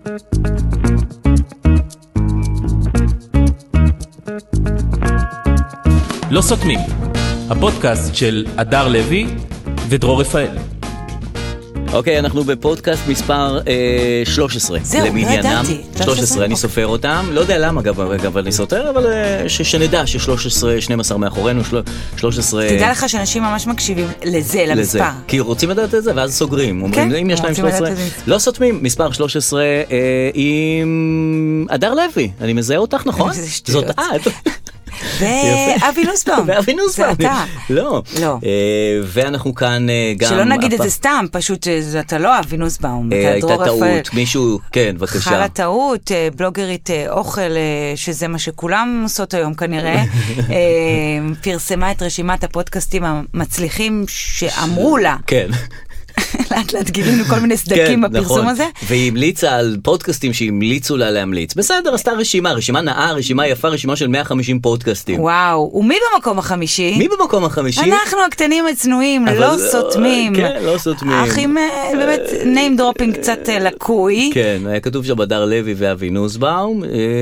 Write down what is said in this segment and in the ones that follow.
לא סותמים, הפודקאסט של אדר לוי ודרור רפאל. אוקיי, אנחנו בפודקאסט מספר 13. זהו, לא ידעתי. 13, אני סופר אותם. לא יודע למה, אגב, אני סותר, אבל שנדע ש-13, 12 מאחורינו, 13... תדע לך שאנשים ממש מקשיבים לזה, למספר. כי רוצים לדעת את זה, ואז סוגרים. אומרים, אם יש להם 13... לא סותמים, מספר 13 עם אדר לוי. אני מזהה אותך, נכון? זה שטויות. זאת את. ואבי נוסבאום. ואבי נוסבאום. זה אתה. לא. ואנחנו כאן גם... שלא נגיד את זה סתם, פשוט אתה לא אבי נוסבאום. הייתה טעות, מישהו, כן, בבקשה. חלה טעות, בלוגרית אוכל, שזה מה שכולם עושות היום כנראה, פרסמה את רשימת הפודקאסטים המצליחים שאמרו לה. כן. לאט לאט גילינו כל מיני סדקים בפרסום הזה. והיא המליצה על פודקאסטים שהמליצו לה להמליץ. בסדר, עשתה רשימה נאה, רשימה יפה, רשימה של 150 פודקאסטים. וואו, ומי במקום החמישי? מי במקום החמישי? אנחנו הקטנים הצנועים, לא סותמים. כן, לא סותמים. אך עם באמת name dropping קצת לקוי. כן, היה כתוב שם אדר לוי ואבי נוסבאום.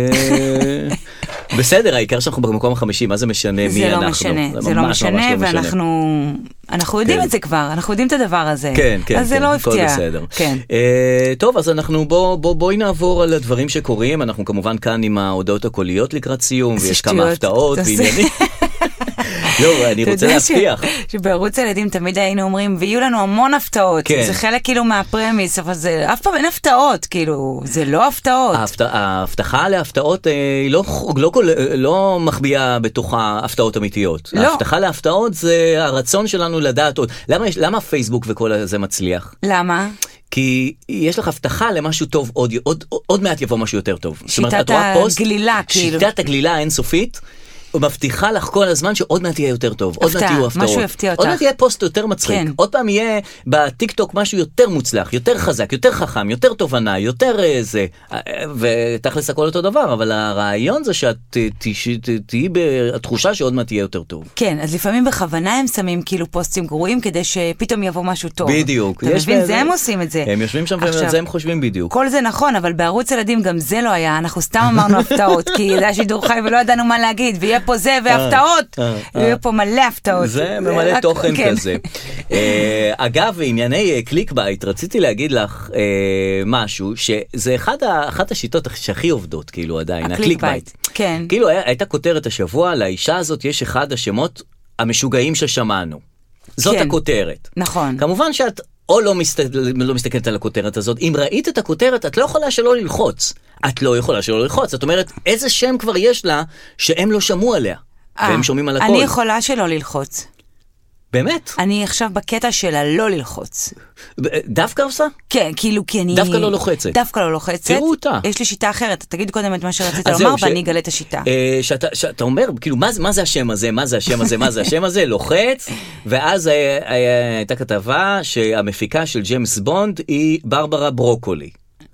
בסדר, העיקר שאנחנו במקום החמישי, מה זה משנה מי אנחנו? זה לא משנה, ואנחנו יודעים את זה כבר, אנחנו יודעים את הדבר הזה. כן, כן, אז זה לא הפתיע. כן. טוב, אז אנחנו בואי נעבור על הדברים שקורים, אנחנו כמובן כאן עם ההודעות הקוליות לקראת סיום, ויש כמה הפתעות ועניינים. לא, אני רוצה להבטיח. שבערוץ הילדים תמיד היינו אומרים, ויהיו לנו המון הפתעות. זה חלק כאילו מהפרמיס, אבל זה אף פעם אין הפתעות, כאילו, זה לא הפתעות. ההבטחה להפתעות היא לא מחביאה בתוכה הפתעות אמיתיות. ההבטחה להפתעות זה הרצון שלנו לדעת עוד. למה פייסבוק וכל זה מצליח? למה? כי יש לך הבטחה למשהו טוב, עוד מעט יבוא משהו יותר טוב. שיטת הגלילה, כאילו. שיטת הגלילה האינסופית, ומבטיחה לך כל הזמן שעוד מעט יהיה יותר טוב, עוד מעט יהיו הפתעות. משהו יפתיע אותך. עוד מעט יהיה פוסט יותר מצחיק, עוד פעם יהיה בטיק-טוק משהו יותר מוצלח, יותר חזק, יותר חכם, יותר תובנה, יותר זה, ותכלס הכל אותו דבר, אבל הרעיון זה שאת תהיי בתחושה שעוד מעט יהיה יותר טוב. כן, אז לפעמים בכוונה הם שמים כאילו פוסטים גרועים, כדי שפתאום יבוא משהו טוב. בדיוק. אתה מבין, זה הם עושים את זה. הם יושבים שם ועל זה הם חושבים בדיוק. כל זה נכון, אבל בערוץ ילדים גם זה לא היה, אנחנו סתם אמרנו הפתעות, כי זה היה שידור חי ולא ידענו מה להגיד, ויהיה פה זה והפתעות, ויהיה פה מלא הפתעות. זה ממלא תוכן כזה. אגב, ענייני קליק בייט, רציתי להגיד לך משהו, שזה אחת השיטות שהכי עובדות, כאילו עדיין, הקליק בייט. כן. כאילו הייתה כותרת השבוע, לאישה הזאת יש אחד השמות המשוגעים ששמענו. זאת הכותרת. נכון. כמובן שאת או לא מסתכלת על הכותרת הזאת, אם ראית את הכותרת, את לא יכולה שלא ללחוץ. את לא יכולה שלא ללחוץ. זאת אומרת, איזה שם כבר יש לה שהם לא שמעו עליה, והם שומעים על הכל. אני יכולה שלא ללחוץ. באמת? אני עכשיו בקטע של הלא ללחוץ. דווקא עושה? כן, כאילו, כי אני... דווקא לא לוחצת. דווקא לא לוחצת. תראו אותה. יש לי שיטה אחרת. תגיד קודם את מה שרצית לומר, ואני אגלה את השיטה. שאתה אומר, כאילו, מה זה השם הזה? מה זה השם הזה? מה זה השם הזה? לוחץ, ואז הייתה כתבה שהמפיקה של ג'יימס בונד היא ברברה ברוקולי.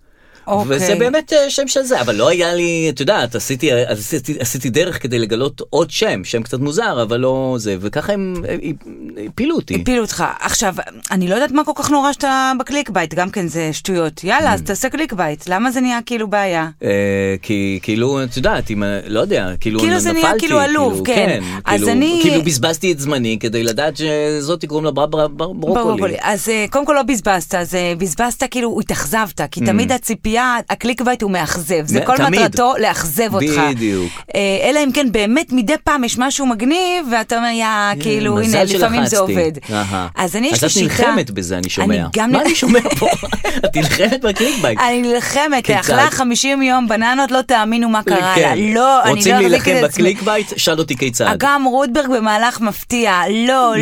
וזה באמת שם של זה, אבל לא היה לי, את יודעת, עשיתי דרך כדי לגלות עוד שם קצת מוזר, אבל לא זה, וככה הם הפילו אותי. הפילו אותך. עכשיו, אני לא יודעת מה כל כך נורא שאתה בקליק בייט, גם כן זה שטויות. יאללה, אז תעשה קליק בייט. למה זה נהיה כאילו בעיה? כי כאילו, את יודעת, לא יודע, כאילו זה נהיה כאילו עלוב, כן. כאילו בזבזתי את זמני כדי לדעת שזאת תגרום לברוקולי. אז קודם כל לא בזבזת, אז בזבזת כאילו התאכזבת, כי תמיד הציפייה הקליק בייט הוא מאכזב, זה כל מטרתו לאכזב אותך. בדיוק. אלא אם כן באמת מדי פעם יש משהו מגניב, ואתה אומר, כאילו, הנה, לפעמים זה עובד. אז אני יש לי שיטה. אז את נלחמת בזה, אני שומע. מה אני שומע פה? את נלחמת בקליק בייט. אני נלחמת, אכלה 50 יום בננות, לא תאמינו מה קרה לה. לא, אני רוצים להילחם בקליק בייט? שאל אותי כיצד. אגם רוטברג במהלך מפתיע, לא.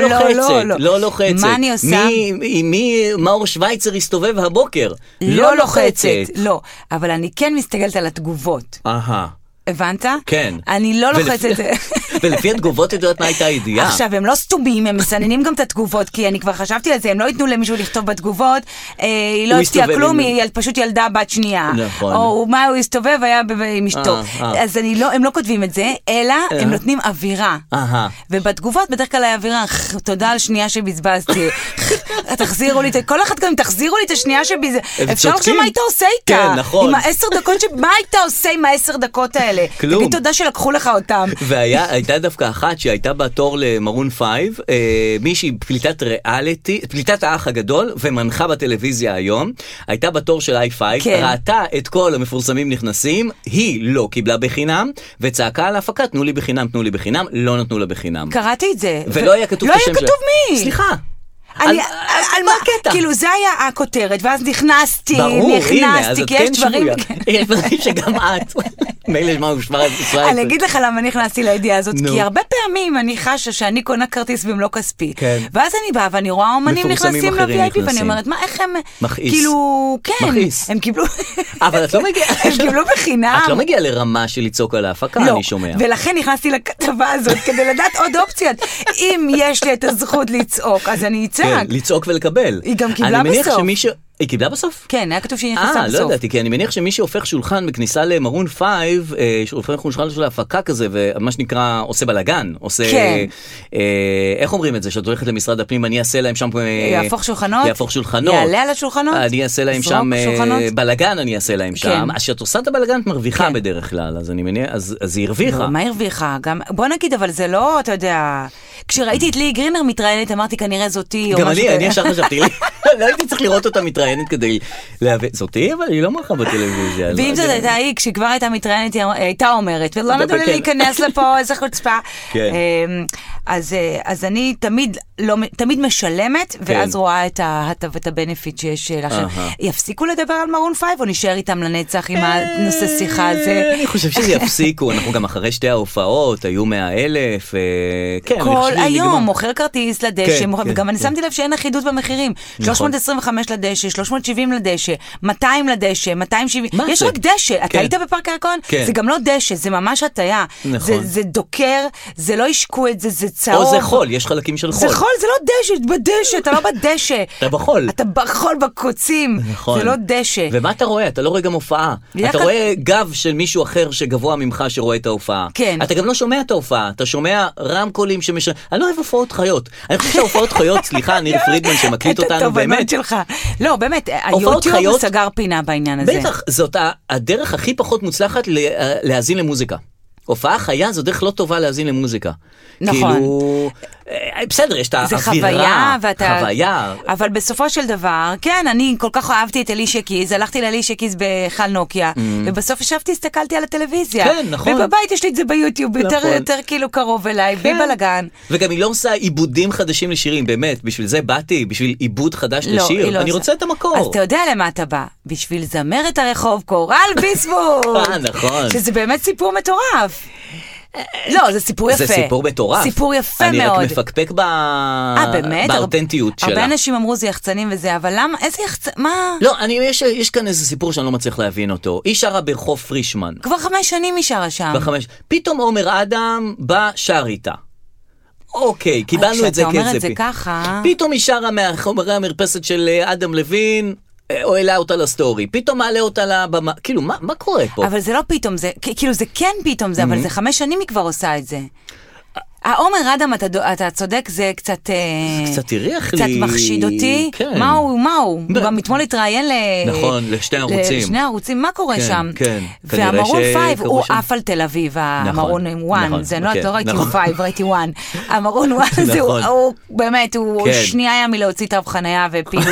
לא לוחצת. מה אני עושה? מי מאור שוויצר הסתובב הבוקר? לא לוחצת. לא, אבל אני כן מסתכלת על התגובות. הבנת? כן. אני לא לוחצת את זה. ולפי התגובות יודעת מה הייתה הידיעה. עכשיו, הם לא סתומים, הם מסננים גם את התגובות, כי אני כבר חשבתי על זה, הם לא ייתנו למישהו לכתוב בתגובות, היא לא הפתיעה כלום, היא פשוט ילדה בת שנייה. נכון. או מה הוא הסתובב היה עם אשתו. אז הם לא כותבים את זה, אלא הם נותנים אווירה. ובתגובות בדרך כלל האווירה, תודה על שנייה שבזבזתי. תחזירו לי, כל אחד גם תחזירו לי את השנייה שבי, אפשר לחשוב צודקים. מה היית עושה איתה? כן, נכון. עם 10 דקות, מה היית עושה עם 10 דקות האלה? כלום. תגיד תודה שלקחו לך אותם. והייתה דווקא אחת שהייתה בתור למרון 5, מישהי פליטת ריאליטי, פליטת האח הגדול, ומנחה בטלוויזיה היום, הייתה בתור של i5, כן. ראתה את כל המפורסמים נכנסים, היא לא קיבלה בחינם, וצעקה על ההפקה, תנו לי בחינם, תנו לי בחינם, לא נתנו לה בחינם. קראתי את זה. ולא היה כתוב לא את השם היה שלה. כתוב מי. סליחה. על מה הקטע? כאילו זה היה הכותרת, ואז נכנסתי, ברור, הנה, אז את כי יש כן דברים... שבויה. יש דברים שגם את. מילא מה הוא שברה את ישראל. אני אגיד לך למה נכנסתי לידיעה הזאת, נו. כי הרבה פעמים אני חשה שאני קונה כרטיס במלוא כספי. כן. ואז אני באה ואני רואה אומנים מפורסמים נכנסים אחרים ל-VIP, ואני נכנסים. אומרת, מה, איך הם... מכעיס. כאילו, כן. מכעיס. הם קיבלו... אבל את לא מגיעה... הם קיבלו בחינם. את לא מגיעה לרמה של לצעוק על ההפקה, לא, אני שומע. ולכן נכנסתי לכתבה הזאת כדי לדעת עוד אופציות. אם יש לי את הזכות לצעוק, אז אני כן, אצעק. לצעוק ולקבל. היא גם קיבלה אני מניח בסוף. שמישהו... היא קיבלה בסוף? כן, היה כתוב שהיא נכנסה בסוף. לא ידעתי, כי אני מניח שמי שהופך שולחן בכניסה למרון 5, שהופך שולחן של ההפקה כזה, ומה שנקרא עושה בלגן, עושה... כן. איך אומרים את זה? שאת הולכת למשרד הפנים, אני אעשה להם שם... יהפוך שולחנות? יהפוך שולחנות. יעלה על השולחנות? אני אעשה להם יזרוק שם שולחנות? בלגן, אני אעשה להם שם. כן. אז כשאת עושה את הבלגן, את מרוויחה כן. בדרך כלל, אז אני מניח, אז היא הרוויחה. לא, מה הרוויחה? גם, בוא נגיד, אבל זה לא, אתה יודע, כשראיתי את לי גרינר מתראיינת, אמרתי כנראה זאתי, או גם משהו אני ישר חשבתי, לא הייתי צריך לראות אותה מתראיינת כדי להבין, זאתי, אבל היא לא מלכה בטלוויזיה. ואם זאת הייתה היא, כשכבר הייתה מתראיינת, היא הייתה אומרת, ולא נתנו לי כן. להיכנס לפה, איזה חוצפה. כן. אז אני תמיד משלמת, ואז רואה את הבנפיט שיש לה. יפסיקו לדבר על מרון 5, או נשאר איתם לנצח עם הנושא שיחה הזה? אני חושב שזה יפסיקו, אנחנו גם אחרי שתי ההופעות, היו 100,000, כן. כל היום מוכר כרטיס לדשא, כן, וגם אני כן. שמתי לב שאין אחידות במחירים. 325 לדשא, 370 לדשא, 200 לדשא, 270, מה יש זה? רק דשא. אתה כן. היית בפארק הירקון? כן. זה גם לא דשא, זה ממש הטיה. נכון. זה דוקר, זה לא ישקו את זה, זה צהוב. או זה חול, יש חלקים של חול. זה חול, זה לא דשא, בדשא, אתה לא בדשא. אתה בחול. אתה בחול בקוצים, נכון. זה לא דשא. ומה אתה רואה? אתה לא רואה גם הופעה. אתה רואה גב של מישהו אחר שגבוה ממך שרואה את ההופעה. כן. אתה גם לא שומע את ההופעה, אתה שומע רמקולים אני לא אוהב הופעות חיות. אני חושב שההופעות חיות, סליחה, ניר פרידמן שמקליט אותנו, את התובנות באמת. שלך. לא, באמת, הופעות היוטיוב חיות- סגר פינה בעניין הזה. בטח, זאת הדרך הכי פחות מוצלחת להאזין למוזיקה. הופעה חיה זו דרך לא טובה להאזין למוזיקה. נכון. כאילו, בסדר, יש את זה האווירה. חוויה, ואתה... חוויה. אבל בסופו של דבר, כן, אני כל כך אהבתי את אלישה קיז, הלכתי לאלישה קיז בחל נוקיה, ובסוף ישבתי, הסתכלתי על הטלוויזיה. כן, נכון. ובבית יש לי את זה ביוטיוב, יותר כאילו קרוב אליי, בלי כן. בלגן. וגם היא לא עושה עיבודים חדשים לשירים, באמת, בשביל זה באתי, בשביל עיבוד חדש לא, היא לשיר, לא אני עושה. רוצה את המקור. אז אתה יודע למה אתה בא? בשביל זמרת הרחוב קורל ביסמוט. נכון. שזה באמת סיפור מטורף. לא, זה סיפור יפה. זה סיפור מטורף. סיפור יפה אני מאוד. רק מפקפק באמת? באותנטיות שלה. הרבה אנשים אמרו זה יחצנים וזה, אבל למה? איזה יחצן? מה? לא, יש כאן איזה סיפור שאני לא מצליח להבין אותו. היא שרה ברחוב פרישמן. כבר 5 שנים היא שרה שם. פתאום עומר אדם בא שר איתה. אוקיי, קיבלנו את זה כשאתה אומר כזה. את זה ככה... פתאום היא שרה מהחומרי המרפסת של אדם לוין, או העלה אותה לסטורי. פתאום מעלה אותה לבמה. כאילו, מה קורה פה? אבל זה לא פתאום, זה, כאילו זה כן פתאום זה, אבל זה 5 שנים היא כבר עושה את זה. העומר אדם, אתה צודק, זה קצת... קצת הריח קצת לי... מחשיד אותי. כן. מה הוא? הוא גם אתמול התראיין נכון, לשני ערוצים. לשני ערוצים, מה קורה כן, שם? כן. והמרון 5 הוא שם. עף על תל אביב, המרון 1, נכון, זה לא כן, ראיתי נכון. 5, ראיתי 1. המרון 1 הזה נכון. הוא באמת, הוא כן. שנייה היה מלהוציא תו חניה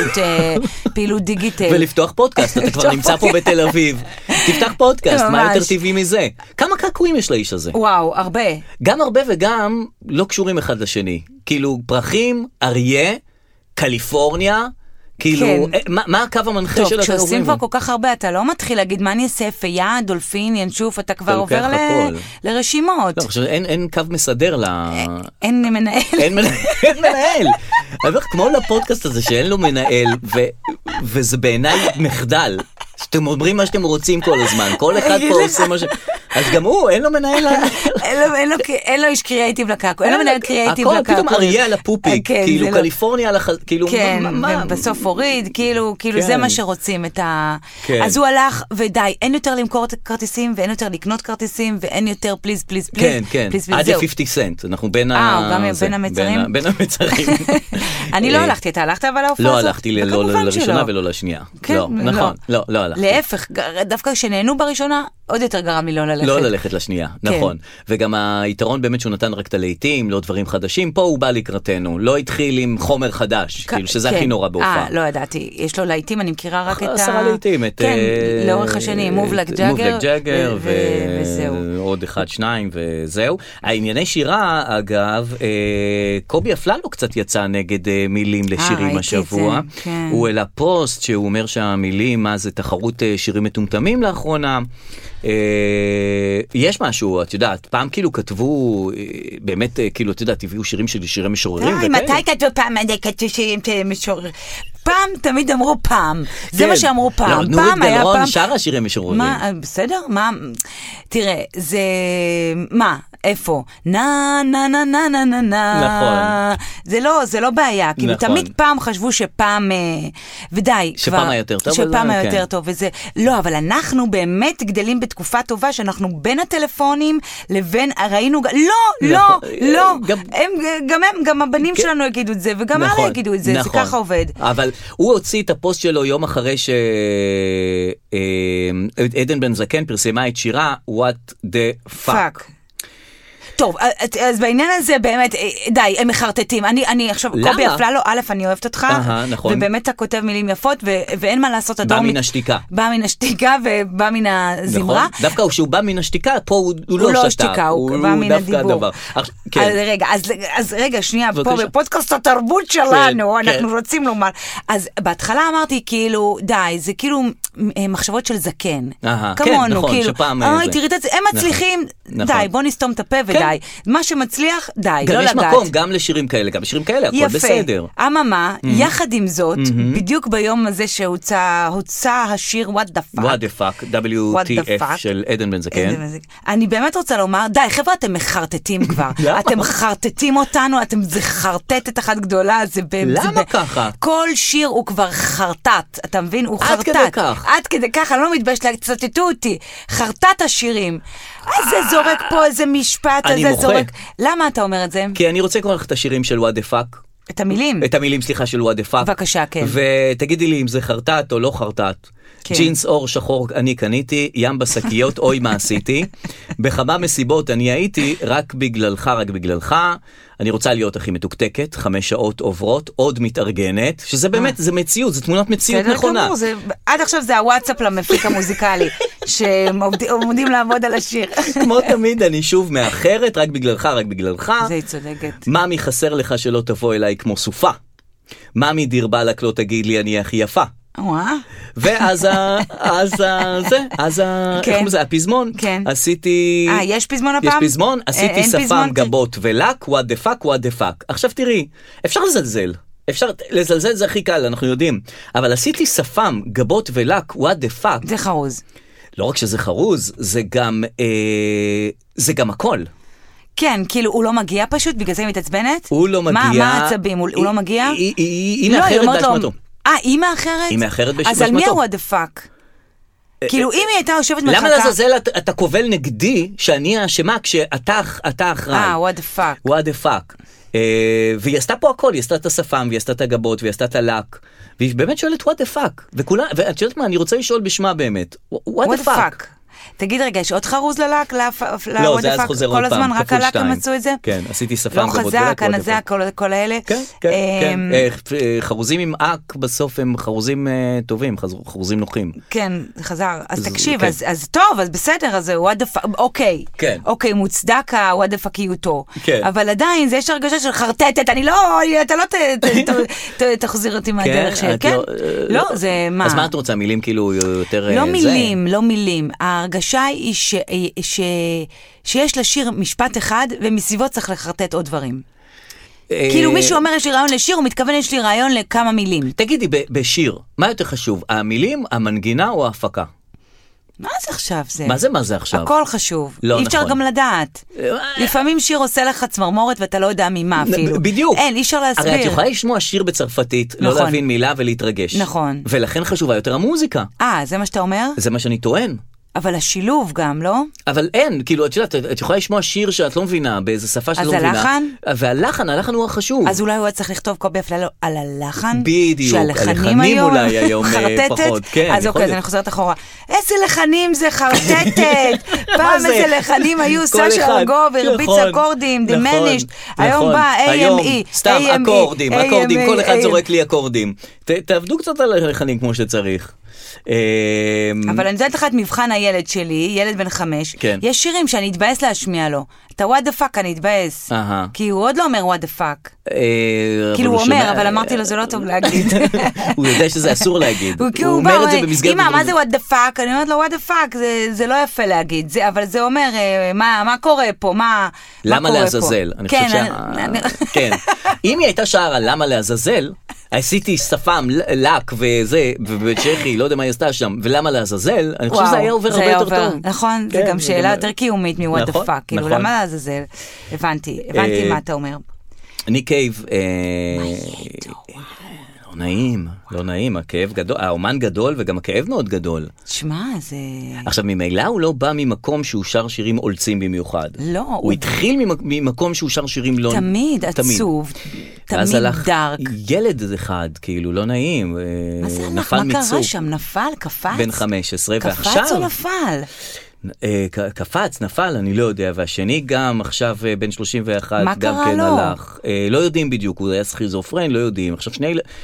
ופעילות דיגיטל. ולפתוח פודקאסט, אתה כבר נמצא פה בתל אביב. תפתח פודקאסט, מה ממש. יותר טבעי מזה? כמה קעקועים יש לאיש הזה? וואו, הרבה. גם הרבה וגם לא קשורים אחד לשני. כאילו פרחים, אריה, קליפורניה, כאילו, כן. מה הקו המנחה טוב, של כשעושים כבר כל כך הרבה, אתה לא מתחיל להגיד מה אני אעשה, פייה, דולפין, ינשוף, אתה כבר עובר לוקח הכל. לרשימות. לא, עכשיו, אין קו מסדר אין מנהל. אין מנהל. אני אומר, כמו לפודקאסט הזה שאין לו מנהל, וזה בעיניי מחדל. שאתם אומרים מה שאתם רוצים כל הזמן. כל אחד פה עושה מה ש... אז גם הוא, אין לו מנהל... אין לו איש קריאייטיב לקעקוע, אין לו מנהל קריאייטיב לקעקוע. הכל פתאום אריה על הפופיק, כאילו קליפורניה על כאילו... כן, ובסוף הוריד, כאילו זה מה שרוצים את ה... אז הוא הלך, ודי, אין יותר למכור כרטיסים, ואין יותר לקנות כרטיסים, ואין יותר פליז, פליז, פליז. כן, כן, עד 50 סנט, אנחנו בין גם בין המצרים? בין המצרים. אני לא הלכתי, אתה הלכת אבל להופעה הזאת? לא הלכתי לא לראשונה ולא לשנייה. לא, נכון, לא הלכתי. להפך, דווקא כשנהנו בראשונה, עוד יותר גרם לי לא ללכת. לא ללכת לשנייה, נכון. וגם היתרון באמת שהוא נתן רק את הלהיטים, לא דברים חדשים, פה הוא בא לקראתנו, לא התחיל עם חומר חדש, כאילו שזה הכי נורא בהופעה. לא ידעתי, יש לו להיטים, אני מכירה רק את 10 להיטים. כן, לאורך השנים, מוב לק ג'אגר, וזהו. עוד 1, 2 וזהו. הענייני שירה, אגב, קובי אפללו קצת יצא נגד מילים לשירים השבוע. הוא העלה פוסט שהוא אומר שהמילים, מה זה תחרות שירים מטומטמים לאחרונה. יש משהו, את יודעת, פעם כאילו כתבו, באמת, כאילו, את יודעת, הביאו שירים של שירי משוררים. מתי כתבו פעם, כתבו שירים של משוררים? פעם תמיד אמרו פעם, זה מה שאמרו פעם. נורית גלרון שרה שירי משוררים. בסדר? מה? תראה, זה... מה? איפה? נה, נה, נה, נה, נה, נה, נה. נכון. זה לא בעיה, כאילו תמיד פעם חשבו שפעם, ודי. שפעם היה יותר טוב. שפעם היה יותר טוב, וזה... לא, אבל אנחנו באמת גדלים בתקופה טובה, שאנחנו בין הטלפונים לבין, ראינו... לא. גם הבנים שלנו יגידו את זה, וגם הלאה יגידו את זה, זה ככה עובד. אבל הוא הוציא את הפוסט שלו יום אחרי שעדן בן זקן פרסמה את שירה What the fuck. טוב, אז בעניין הזה באמת, די, הם מחרטטים. אני עכשיו, קובי אפללו, א', אני אוהבת אותך, ובאמת אתה כותב מילים יפות, ואין מה לעשות. בא מן השתיקה. בא מן השתיקה ובא מן הזמרה. דווקא כשהוא בא מן השתיקה, פה הוא לא שתק. הוא לא שתיקה, הוא בא מן הדיבור. אז רגע, שנייה, פה בפודקאסט התרבות שלנו, אנחנו רוצים לומר. אז בהתחלה אמרתי, כאילו, די, זה כאילו מחשבות של זקן. כמונו, כאילו, תראי את זה, הם מצליחים, די, בוא נסתום את הפה ודי. מה שמצליח, די, לא לגעת. גם יש מקום, גם לשירים כאלה, גם לשירים כאלה, הכל בסדר. אממה, יחד עם זאת, בדיוק ביום הזה שהוצא השיר What the Fuck. What the Fuck, WTF של עדן בן זקן. אני באמת רוצה לומר, די, חבר'ה, אתם מחרטטים כבר. אתם מחרטטים אותנו, זה חרטטת אחת גדולה. למה ככה? כל שיר הוא כבר חרטט, אתה מבין? הוא חרטט. עד כדי כך. עד כדי כך, אני לא מתבייש לצטטו אותי. חרטט השירים. אז זה זורק פה איזה משפט, אז זה זורק. למה אתה אומר את זה? כי אני רוצה לקרוא לך את השירים של What the Fuck. את המילים? את המילים, סליחה, של What the Fuck. בבקשה, כן. ותגידי לי אם זה חרטט או לא חרטט. ג'ינס אור שחור אני קניתי, ים בשקיות, אוי מה עשיתי. בכמה מסיבות אני הייתי, רק בגללך. אני רוצה להיות הכי מתוקתקת, 5 שעות עוברות, עוד מתארגנת, שזה באמת, זה מציאות, זה תמונת מציאות נכונה. עד עכשיו זה הוואטסאפ למפיק המוזיקלי, שעומדים לעבוד על השיר. כמו תמיד, אני שוב מאחרת, רק בגללך. זה צודקת. ממי חסר לך שלא תבוא אליי כמו סופה. ממי דיר בלק לא תגיד לי אני הכי יפה. ואז הפזמון, עשיתי... יש פזמון הפעם? יש פזמון, עשיתי שפם, גבות ולק, what the fuck. עכשיו תראי, אפשר לזלזל זה הכי קל, אנחנו יודעים, אבל עשיתי שפם, גבות ולק, what the fuck. זה חרוז. לא רק שזה חרוז, זה גם הכל. כן, כאילו הוא לא מגיע פשוט, בגלל זה היא מתעצבנת? הוא לא מגיע. מה העצבים? הוא לא מגיע? היא מאחרת באשמתו. היא מאחרת? היא מאחרת באשמתו. אז על מי הוא the fuck? כאילו אם היא הייתה יושבת מחכה... למה לעזאזל אתה קובל נגדי שאני האשמה כשאתה אחראי? what the fuck. what the fuck. והיא עשתה פה הכל, היא עשתה את השפם, והיא עשתה את הגבות, והיא עשתה את הלק, והיא באמת שואלת what the fuck. ואת יודעת מה, אני רוצה לשאול בשמה באמת. what the fuck. תגיד רגע, יש עוד חרוז ללק? לא, זה אז חוזר עוד פעם, כל הזמן רק הלק הם מצאו את זה? כן, עשיתי שפם גבות ולק. לא חזק, הנזק, כל האלה? כן. חרוזים עם אק בסוף הם חרוזים טובים, חרוזים נוחים. כן, זה חזר. אז תקשיב, אז טוב, אז בסדר, אז what the fuck, אוקיי, מוצדק ה-what the fuck-איותו. אבל עדיין, זה יש הרגשה של חרטטת, אתה לא תחזיר אותי מהדרך של, כן? לא, זה מה? אז מה את רוצה, מילים כאילו יותר... לא מילים. ההרגשה היא שיש לשיר משפט אחד, ומסביבו צריך לחרטט עוד דברים. כאילו מישהו אומר יש לי רעיון לשיר, הוא מתכוון יש לי רעיון לכמה מילים. תגידי, בשיר, מה יותר חשוב? המילים, המנגינה או ההפקה? מה זה עכשיו זה? מה זה עכשיו? הכל חשוב. לא אי אפשר נכון. גם לדעת. לפעמים שיר עושה לך צמרמורת ואתה לא יודע ממה אפילו. בדיוק. אין, אי אפשר להסביר. הרי את יכולה לשמוע שיר בצרפתית, לא נכון. להבין מילה ולהתרגש. נכון. ולכן חשובה יותר המוזיקה. זה מה שאתה אומר? זה מה שאני טוען. אבל השילוב גם, לא? אבל אין, כאילו, את יודעת, את יכולה לשמוע שיר שאת לא מבינה, באיזה שפה שאת לא מבינה. אז הלחן הוא החשוב. אז אולי הוא היה צריך לכתוב קובי אפללו על הלחן? בדיוק, שהלחנים היום, אולי היום פחות, כן. אז אוקיי, אז אני חוזרת אחורה. איזה לחנים זה חרטטת? פעם איזה לחנים היו סשה ארגוב, הרביץ אקורדים, דמנישט, היום בא AME. סתם אקורדים, כל אחד זורק לי אקורדים. תעבדו קצת על הלחנים כמו שצריך. אבל אני יודעת לך את מבחן הילד שלי, ילד בן 5, יש שירים שאני אתבאס להשמיע לו. אתה what the fuck אני אתבאס. כי הוא עוד לא אומר what the fuck. כאילו הוא אומר, אבל אמרתי לו זה לא טוב להגיד. הוא יודע שזה אסור להגיד. הוא אומר את זה במסגרת... אמא, מה זה what the fuck? אני אומרת לו what the fuck, זה לא יפה להגיד. אבל זה אומר, מה קורה פה? מה קורה פה? למה לעזאזל? כן. אם היא הייתה שרה למה לעזאזל, עשיתי שפם, לק וזה, ובצ'כי, לא יודע מה היא עשתה שם, ולמה לעזאזל, אני חושב שזה היה עובר הרבה יותר טוב. נכון, זה גם שאלה יותר קיומית מ-what the fuck, כאילו, למה לעזאזל? הבנתי מה אתה אומר. ניק קייב, לא נעים, הכאב גדול, האומן גדול וגם הכאב מאוד גדול. תשמע, זה... עכשיו, ממילא הוא לא בא ממקום שהוא שר שירים עולצים במיוחד. לא. הוא התחיל ממקום שהוא שר שירים לא... תמיד עצוב, תמיד אז הלך דארק. ילד אחד, כאילו, לא נעים. מה זה הלך? מה קרה שם? נפל? קפץ? בן 15, ועכשיו... קפץ או נפל? קפץ, נפל, אני לא יודע, והשני גם עכשיו בן 31, גם כן הלך. לא יודעים בדיוק, הוא היה סכיזופרן, לא יודעים. עכשיו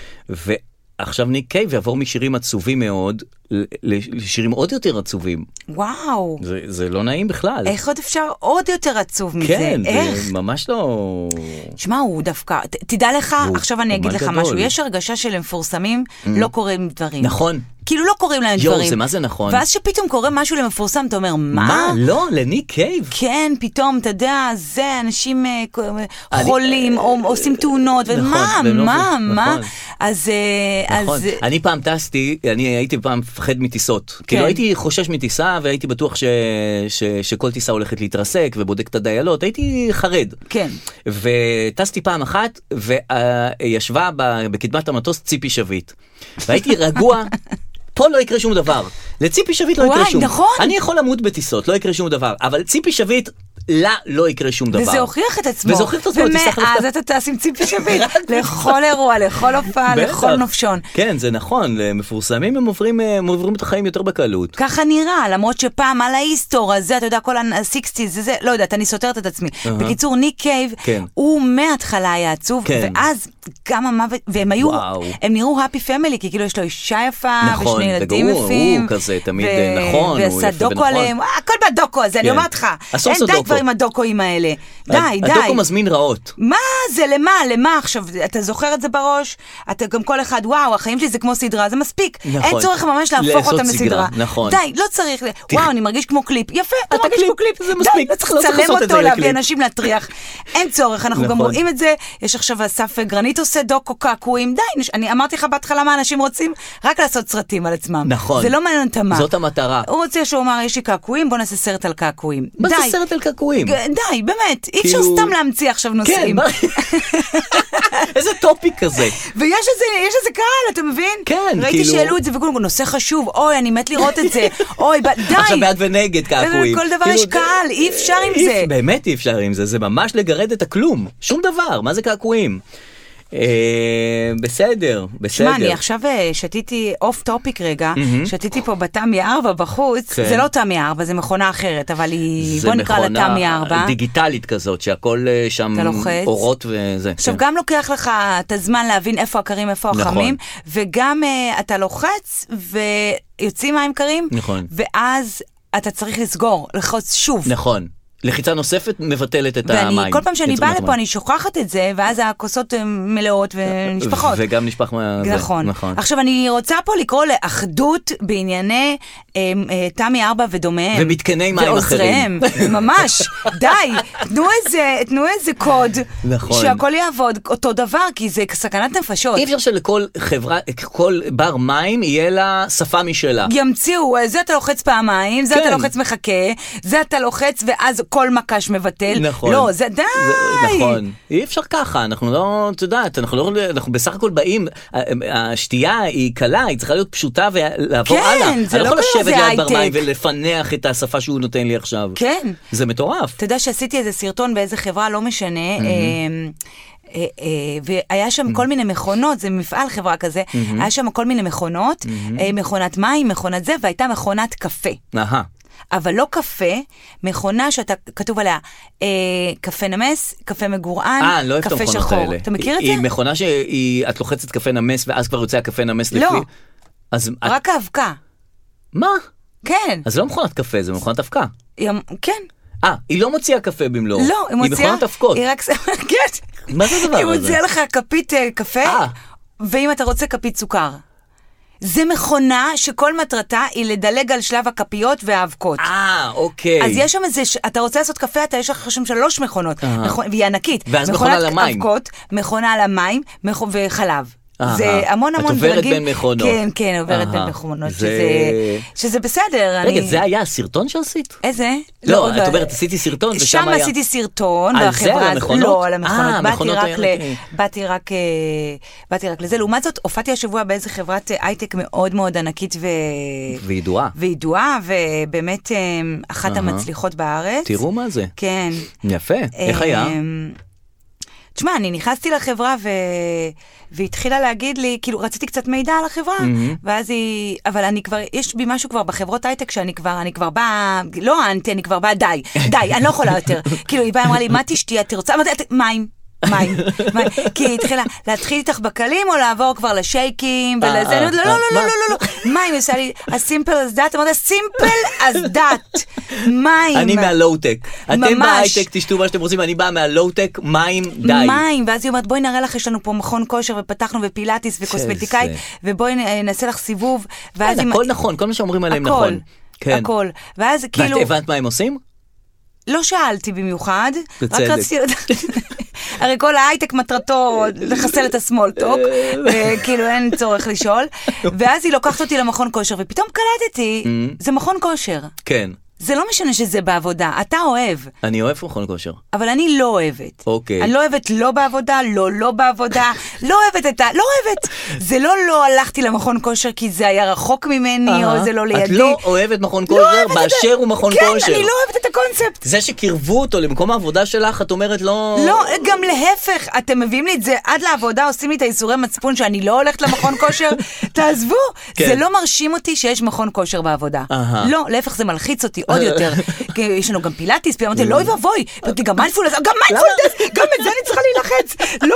ועכשיו ניק קייב יעבור משירים עצובים מאוד לשירים עוד יותר עצובים. וואו. זה לא נעים בכלל. איך עוד אפשר עוד יותר עצוב מזה? כן, זה ממש לא... שמע, הוא דווקא, תדע לך, עכשיו אני אגיד לך משהו, יש הרגשה של מפורסמים, לא קוראים דברים. נכון. כאילו לא קוראים להם דברים. זה מה זה נכון. ואז שפתאום קורה משהו למפורסם, אתה אומר, מה? לא, לניק קייב. כן, פתאום, אתה יודע, זה אנשים חולים, או עושים תאונות, מה? אז... נכון. אני פעם טסתי, אני הייתי פעם מפחד מטיסות. כאילו הייתי חושש מטיסה, והייתי בטוח שכל טיסה הולכת להתרסק, ובודק את הדיילות, הייתי חרד. כן. וטסתי פעם אחת, וישבה בקדמת המטוס ציפי שביט. והייתי רגוע, פה לא יקרה שום דבר. לציפי שביט לא יקרה שום. נכון. אני יכול למות בטיסות, לא יקרה שום דבר. אבל ציפי שביט, לא יקרה שום דבר. וזה הוכיח את עצמו. וזה הוכיח את עצמו. ומאז אתה טס עם ציפי שביט. לכל אירוע, לכל הופעה, לכל נופשון. כן, זה נכון. למפורסמים הם עוברים את החיים יותר בקלות. ככה נראה, למרות שפעם על ההיסטור הזה, אתה יודע, כל ה-60s, זה, לא יודעת, אני סותרת את עצמי. בקיצור, ניק קייב, הוא מההתחלה היה עצוב, ואז גם המוות, והם היו, הם נראו happy family, כי כאילו יש לו אישה יפה, ושני ילדים יפים. הוא כזה תמיד נכון, ועשה דוקו עליהם, הכל בדוקו הזה, אני אומרת לך. אין די כבר עם הדוקואים האלה. די. הדוקו מזמין רעות. מה זה? למה? עכשיו, אתה זוכר את זה בראש? אתה גם כל אחד, וואו, החיים שלי זה כמו סדרה, זה מספיק. אין צורך ממש להפוך אותם לסדרה. די, לא צריך. וואו, אני מרגיש כמו קליפ. יפה, אתה מרגיש כמו קליפ. זה מספיק. די, לא צריך לצלם אותו, להביא אנשים להטריח. אין צורך, אנחנו גם רואים את זה. יש עכשיו אסף גרנית עושה דוקו קעקועים. די, אני אמרתי לך בהתחלה מה אנשים רוצים? רק לעשות סרטים על עצמם. נכון. זה לא מעניין אותם מה. זאת המטרה. הוא רוצה שהוא אמר, יש לי קעקועים, בוא נעשה סרט על קעקועים. מה זה סרט על קעקועים? די, באמת, אי אפשר סתם להמציא עכשיו נושאים. איזה טופיק כזה. ויש איזה קהל, אתה מבין? כן, כאילו. ראיתי שאלו את זה וכולם, נושא חשוב, אוי, אני מת לראות את זה, אוי, די. עכשיו בעד ונגד קעקועים. כל דבר יש קהל, אי אפשר עם זה. באמת אי אפשר עם זה, זה ממש לגרד את הכלום. שום דבר, מה זה קעקועים? בסדר. שמע, אני עכשיו שתיתי אוף טופיק רגע, שתיתי פה בתמי 4 בחוץ, זה לא תמי 4, זה מכונה אחרת, אבל היא, בוא נקרא לה תמי 4. זה מכונה דיגיטלית כזאת, שהכל שם אורות וזה. עכשיו גם לוקח לך את הזמן להבין איפה הקרים, איפה החמים, וגם אתה לוחץ ויוצאים מים קרים, ואז אתה צריך לסגור, לחוץ שוב. נכון. לחיצה נוספת מבטלת את המים. ואני, כל פעם שאני באה לפה, אני שוכחת את זה, ואז הכוסות מלאות ונשפחות. וגם נשפח מה... נכון. עכשיו, אני רוצה פה לקרוא לאחדות בענייני תמי 4 ודומיהם. ומתקני מים אחרים. ממש. די. תנו איזה קוד, שהכל יעבוד אותו דבר, כי זה סכנת נפשות. אי אפשר שלכל חברה, כל בר מים, יהיה לה שפה משלה. ימציאו, זה אתה לוחץ פעמיים, זה אתה לוחץ מחכה, זה אתה לוחץ ואז כל מקש מבטל. נכון. לא, זה די. נכון. אי אפשר ככה, אנחנו לא, את יודעת, אנחנו בסך הכל באים, השתייה היא קלה, היא צריכה להיות פשוטה ולעבור הלאה. כן, זה לא כזה לשבת ליד בר מים הייטק. ולפנח את השפה שהוא נותן לי עכשיו. כן. זה מטורף. אתה יודע שעשיתי איזה סרטון באיזה חברה, לא משנה, והיה שם כל מיני מכונות, זה מפעל חברה כזה, היה שם כל מיני מכונות, מכונת מים, מכונת זה, והייתה מכונת קפה. אבל לא קפה, מכונה שאתה כתוב עליה, קפה נמס, קפה מגורען, לא אוהב את קפה המכונות שחור. האלה. אתה מכיר את זה? היא מכונה שאת לוחצת קפה נמס ואז כבר יוצא הקפה נמס לפי? לא, אז רק האבקה. מה? כן. אז לא מכונת קפה, זה מכונת אבקה. כן. היא לא מוציאה קפה במלואו. לא, היא מוציאה... היא מכונת אבקות. היא רק... כן. מה זה הדבר הזה? היא מוציאה לך כפית קפה, ואם אתה רוצה כפית סוכר. זה מכונה שכל מטרתה היא לדלג על שלב הכפיות והאבקות. אוקיי. אז יש שם איזה, אתה רוצה לעשות קפה, אתה יש לך שם 3 מכונות, והיא ענקית. ואז מכונה למים. אבקות, מכונה למים וחלב. זה המון את עוברת בין מכונות. כן, עוברת בין מכונות, שזה בסדר. רגע, זה היה הסרטון שעשית? איזה? לא, את אומרת, עשיתי סרטון ושם שם היה... עשיתי סרטון. על זה, על המכונות? לא, על המכונות. באתי רק לזה. לעומת זאת, הופעתי השבוע באיזה חברת הייטק מאוד מאוד ענקית וידועה, ובאמת אחת המצליחות בארץ. תראו מה זה. כן. יפה. איך היה? תשמע, אני נכנסתי לחברה והתחילה להגיד לי, כאילו רציתי קצת מידע על החברה, ואז היא, אבל אני כבר, יש בי משהו כבר בחברות הייטק שאני כבר באה, לא אנטי, אני כבר באה, די, אני לא יכולה יותר. כאילו היא באה, אמרה לי, מה תשתי, את רוצה? מים. כי היא התחילה להתחיל איתך בקלים או לעבור כבר לשייקים ולזה, לא, מים, עושה לי, הסימפל אז דת, אמרת, סימפל אז דת, מים. אני מהלואו-טק, אתם בהייטק תשתו מה שאתם רוצים, אני באה מהלואו-טק, מים, די. מים, ואז היא אומרת, בואי נראה לך, יש לנו פה מכון כושר ופתחנו ופילאטיס וקוסמטיקאית, ובואי נעשה לך סיבוב, הכל נכון, כל מה שאומרים עליהם נכון. הכל, ואז כאילו... ואת הבנת מה הם עושים? לא שאלתי במיוחד, בצדק. רק רציתי לדעת. הרי כל ההייטק מטרתו לחסל את הסמולטוק, כאילו אין צורך לשאול, ואז היא לוקחת אותי למכון כושר, ופתאום קלטתי, זה מכון כושר. כן. זה לא משנה שזה בעבודה, אתה אוהב. אני אוהב מכון כושר. אבל אני לא אוהבת. אוקיי. אני לא אוהבת לא בעבודה, לא בעבודה, לא אוהבת לא אוהבת. זה לא הלכתי למכון כושר כי זה היה רחוק ממני, או זה לא לידי. את לא אוהבת מכון כושר באשר הוא מכון כושר. כן, אני לא אוהבת את הקונספט. זה שקירבו אותו למקום העבודה שלך, את אומרת לא... לא, גם להפך, אתם מביאים לי את זה עד לעבודה, עושים לי את האיסורי מצפון שאני לא הולכת למכון כושר, תעזבו. זה לא מרשים אותי שיש מכון כושר בעבודה. לא, להפך זה מלחיץ אותי עוד יותר. יש לנו גם פילאטיס, אמרתי, לא אבוי, גם מיינדפולנס, גם את זה אני צריכה להילחץ.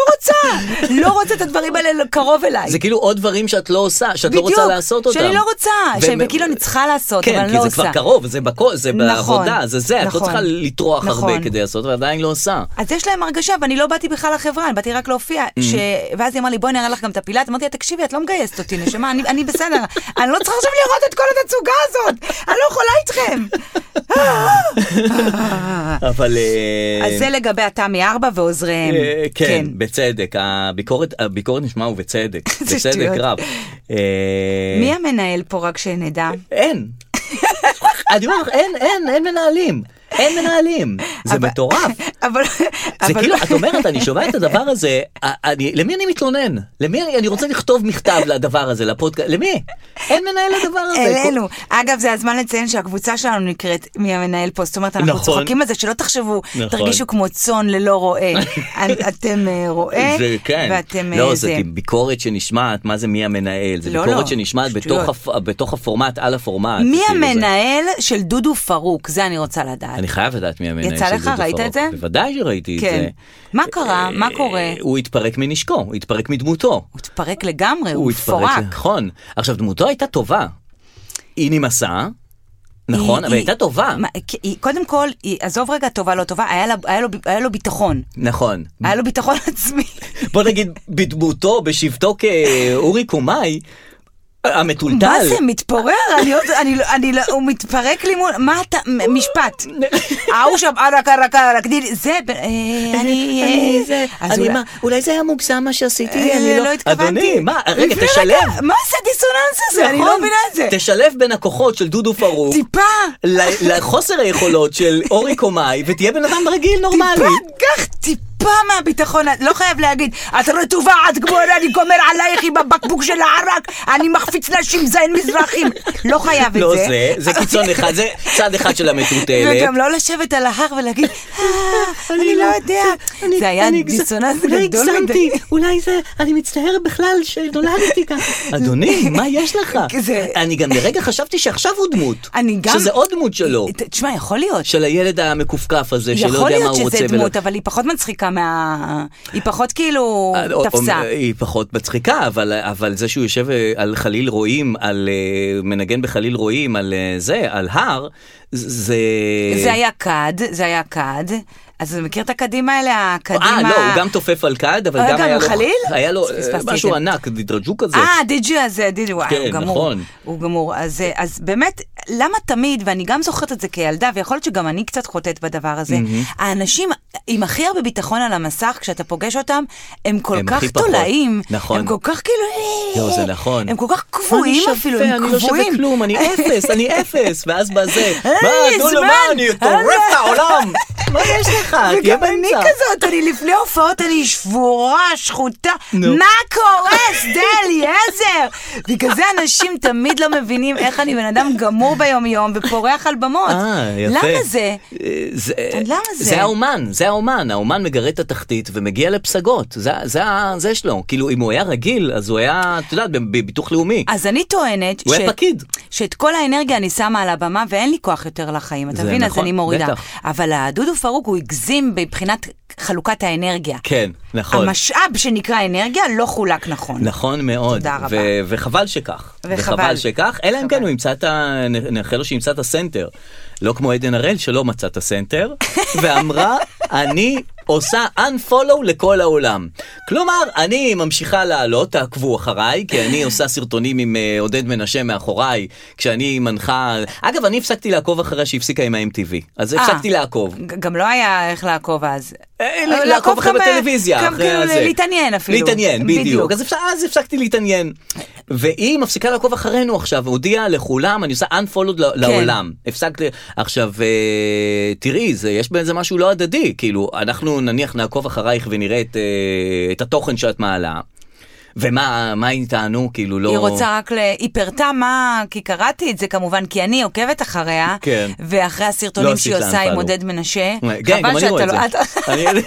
לא רוצה את הדברים האלה קרוב אליי. זה כאילו עוד דברים שאת לא עושה, שאת לא רוצה לעשות אותם. שאני לא רוצה, שכאילו אני צריכה לעשות, אבל אני לא עושה. כן, כי זה כבר קרוב, זה בעבודה, זה זה, את לא צריכה לטרוח הרבה כדי לעשות, ועדיין לא עושה. אז יש להם הרגשה, ואני לא באתי בכלל לחברה, אני באתי רק להופיע, ואז היא אמרה לי, בואי נראה לך גם את הפילאט, אמרתי, תקשיבי, את לא מגייסת אותי, נשמה, אני בסדר, אני לא צריכה עכשיו לראות את כל התצוגה הזאת, אני לא יכולה איתכם. אבל... אז זה לגבי התמי 4 ועוזריהם. כן, בצדק, הביקורת נשמע ובצדק, בצדק רב. מי המנהל פה רק שנדע? אין. אני אומר לך, אין מנהלים. אין מנהלים, זה מטורף. זה כאילו, את אומרת, אני שומע את הדבר הזה, למי אני מתלונן? למי אני רוצה לכתוב מכתב לדבר הזה, לפודקאסט? למי? אין מנהל לדבר הזה. אלינו. אגב, זה הזמן לציין שהקבוצה שלנו נקראת מי המנהל פה, זאת אומרת, אנחנו צוחקים על זה, שלא תחשבו, תרגישו כמו צאן ללא רואה. אתם רואה, ואתם... לא, זה ביקורת שנשמעת, מה זה מי המנהל? זה ביקורת שנשמעת בתוך הפורמט, על הפורמט. מי המנהל של דודו פרוק? זה אני רוצה לדעת. אני חייב לדעת מי המנהל של דודו פרוק. יצא לך? ראית את זה? בוודאי שראיתי את זה. מה קרה? מה קורה? הוא התפרק מנשקו, הוא התפרק מדמותו. הוא התפרק לגמרי, הוא פורק. נכון. עכשיו, דמותו הייתה טובה. היא נמסה, נכון, אבל הייתה טובה. קודם כל, עזוב רגע טובה לא טובה, היה לו ביטחון. נכון. היה לו ביטחון עצמי. בוא נגיד, בדמותו, בשבטו כאורי קומאי, המטולטל. מה זה, מתפורר? הוא מתפרק לי מול... מה אתה... משפט. ההוא שם, ערק, זה... אולי זה היה מוגזם מה שעשיתי, לא התכוונתי. אדוני, מה? רגע, תשלב. מה זה הדיסוננס הזה? אני לא מבינה את זה. תשלב בין הכוחות של דודו פרוק. טיפה. לחוסר היכולות של אורי קומאי, ותהיה בן אדם רגיל, נורמלי. טיפה מהביטחון, לא חייב להגיד, את רטובה, את גמורה, אני גומר עלייך עם הבקבוק של הערק, אני מחפיץ נשים זין מזרחים. לא חייב את זה. לא זה קיצון אחד, זה צד אחד של המטוטלת. וגם לא לשבת על ההר ולהגיד, אני לא יודע. זה היה דיסוננס גדול מדי. אולי זה, אני מצטער בכלל שנולדתי כאן. אדוני, מה יש לך? אני גם לרגע חשבתי שעכשיו הוא דמות. שזה עוד דמות שלו. תשמע, יכול להיות. של הילד המקופקף הזה, שלא יודע מה הוא רוצה. יכול להיות שזה דמות, אבל היא פחות מצחיקה היא פחות כאילו תפסה. היא פחות מצחיקה, אבל זה שהוא יושב על חליל רועים, מנגן בחליל רועים, על הר, זה היה קד. אז מכיר את הקדים האלה, לא, הוא גם תופף על קד, אבל גם היה לו משהו ענק, דידרג'וק הזה. דיג'י הזה, כן, נכון. הוא גמור. אז באמת, למה תמיד, ואני גם זוכרת את זה כילדה, ויכול להיות שגם אני קצת חוטאת בדבר הזה, האנשים עם הכי הרבה ביטחון על המסך, כשאתה פוגש אותם, הם כל כך תולעים, הם כל כך כאילו, לא, זה נכון. הם כל כך קבועים אפילו, הם קבועים. אני לא שווה כלום, אני אפס, ואז בזה, אני טורף את העולם. מה יש לך? וגם אני כזאת, אני לפני הופעות, אני שבורה, שחוטה, מה קורה, סדלי, עזר? וכזה אנשים תמיד לא מבינים איך אני בן אדם גמור ביום יום ופורח על במות. יפה. למה זה? למה זה? זה האומן מגרד את התחתית ומגיע לפסגות, זה שלו. כאילו אם הוא היה רגיל, אז הוא היה, אתה יודע, בביטוח לאומי. אז אני טוענת הוא היה פקיד. שאת כל האנרגיה אני שמה על הבמה ואין לי כוח יותר לחיים, אתה מבין? אז אני מורידה. אבל הדודו פרוק הוא הגזים מבחינת חלוקת האנרגיה. כן, נכון. המשאב שנקרא אנרגיה לא חולק נכון. נכון מאוד. תודה רבה. וחבל שכך. אלא אם כן הוא ימצא נאחל לו שימצא את הסנטר. לא כמו עדן הראל שלא מצא את הסנטר, ואמרה, אני עושה unfollow לכל העולם. כלומר, אני ממשיכה לעלות, תעקבו אחריי, כי אני עושה סרטונים עם עודד מנשה מאחוריי, כשאני מנחה... אגב, אני הפסקתי לעקוב אחרי שהפסיקה עם ה-MTV, אז הפסקתי לעקוב. גם לא היה איך לעקוב אז. לעקוב אחרי בטלוויזיה. להתעניין אפילו. להתעניין, בדיוק. אז הפסקתי להתעניין. והיא מפסיקה לעקוב אחרינו עכשיו, הודיעה לכולם, אני עושה unfollow לעולם. הפסקתי... עכשיו, תראי, יש בזה משהו לא הדדי, כאילו, אנחנו נניח נעקוב אחרייך ונראה את התוכן שאת מעלה, ומה היא טענו, כאילו לא... היא רוצה רק היא פרטה כי קראתי את זה כמובן, כי אני עוקבת אחריה, כן. ואחרי הסרטונים שהיא עושה עם עודד מנשה, כן, גם אני רואה את זה.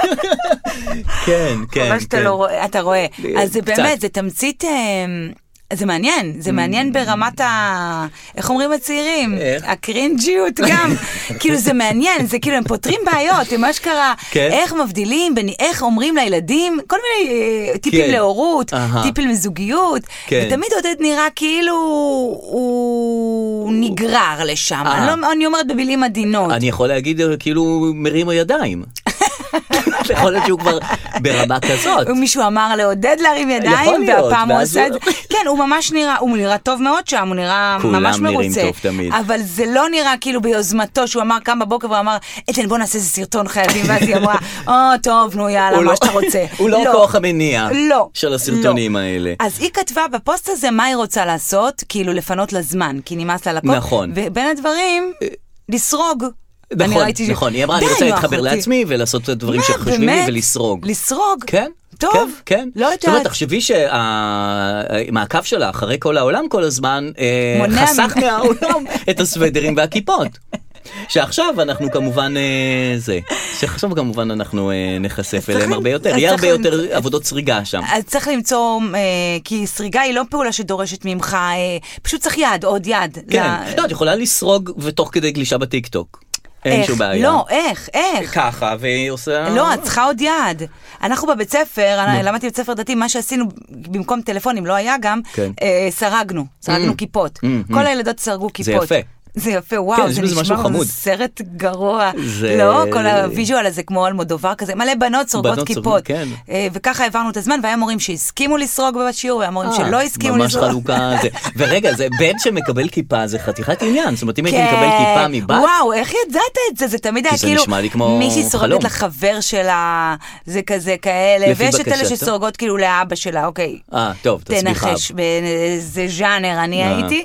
כן, כן. חבל שאתה לא רואה, אתה רואה. אז זה באמת, זה תמצית... זה מעניין ברמת איך אומרים הצעירים? הקרינג'יות גם. כאילו זה מעניין, זה כאילו הם פותרים בעיות, מה שקרה, איך מבדילים, איך אומרים לילדים, כל מיני טיפים להורות, טיפים לזוגיות, ותמיד עודד נראה כאילו הוא נגרר לשם, אני אומרת במילים עדינות. אני יכול להגיד כאילו מרים הידיים. יכול להיות שהוא כבר ברמה כזאת. מישהו אמר לעודד להרים ידיים, והפעם הוא עושה את זה. כן, הוא ממש נראה, הוא נראה טוב מאוד שם, הוא נראה ממש מרוצה. אבל זה לא נראה כאילו ביוזמתו, שהוא אמר קם בבוקר ואמר, אתן בוא נעשה איזה סרטון חייבים, ואז היא אמרה, טוב, נו יאללה, מה שאתה רוצה. הוא לא כוח המניע של הסרטונים האלה. אז היא כתבה בפוסט הזה מה היא רוצה לעשות, כאילו לפנות לזמן, כי נמאס לה לקום. נכון. ובין הדברים, לסרוג. נכון, היא אמרה, אני רוצה להתחבר לעצמי ולעשות את הדברים שחושבים לי ולסרוג. לסרוג? כן. טוב, כן. לא יודעת. זאת אומרת, תחשבי שהמעקב שלה אחרי כל העולם כל הזמן, חסך מהעולם את הסוודרים והכיפות. שעכשיו אנחנו כמובן שעכשיו כמובן אנחנו נחשף אליהם הרבה יותר, יהיה הרבה יותר עבודות סריגה שם. אז צריך למצוא, כי סריגה היא לא פעולה שדורשת ממך, פשוט צריך יד, עוד יד. כן, לא, את יכולה לסרוג ותוך כדי גלישה בטיקטוק. אין שום בעיה. לא, איך? ככה, והיא עושה... לא, את צריכה עוד יד. אנחנו בבית ספר, למדתי בבית ספר דתי, מה שעשינו במקום טלפונים, לא היה גם, סרגנו כיפות. כל הילדות סרגו כיפות. זה יפה. זה יפה, וואו, זה נשמע כמו סרט גרוע. לא, כל הוויז'ואל הזה כמו אלמודובר כזה, מלא בנות סורגות כיפות. וככה העברנו את הזמן, והיה מורים שהסכימו לסרוג בשיעור, והיה מורים שלא הסכימו לסרוג. ממש חלוקה. ורגע, זה בן שמקבל כיפה, זה חתיכת עניין. זאת אומרת, אם הייתי מקבל כיפה מבת... וואו, איך ידעת את זה? זה תמיד היה כאילו מישהי סורגת לחבר שלה, זה כזה כאלה, ויש את אלה שסורגות כאילו לאבא שלה, אוקיי. טוב, תסביכה. תנחש, באיזה ז'אנר אני הייתי.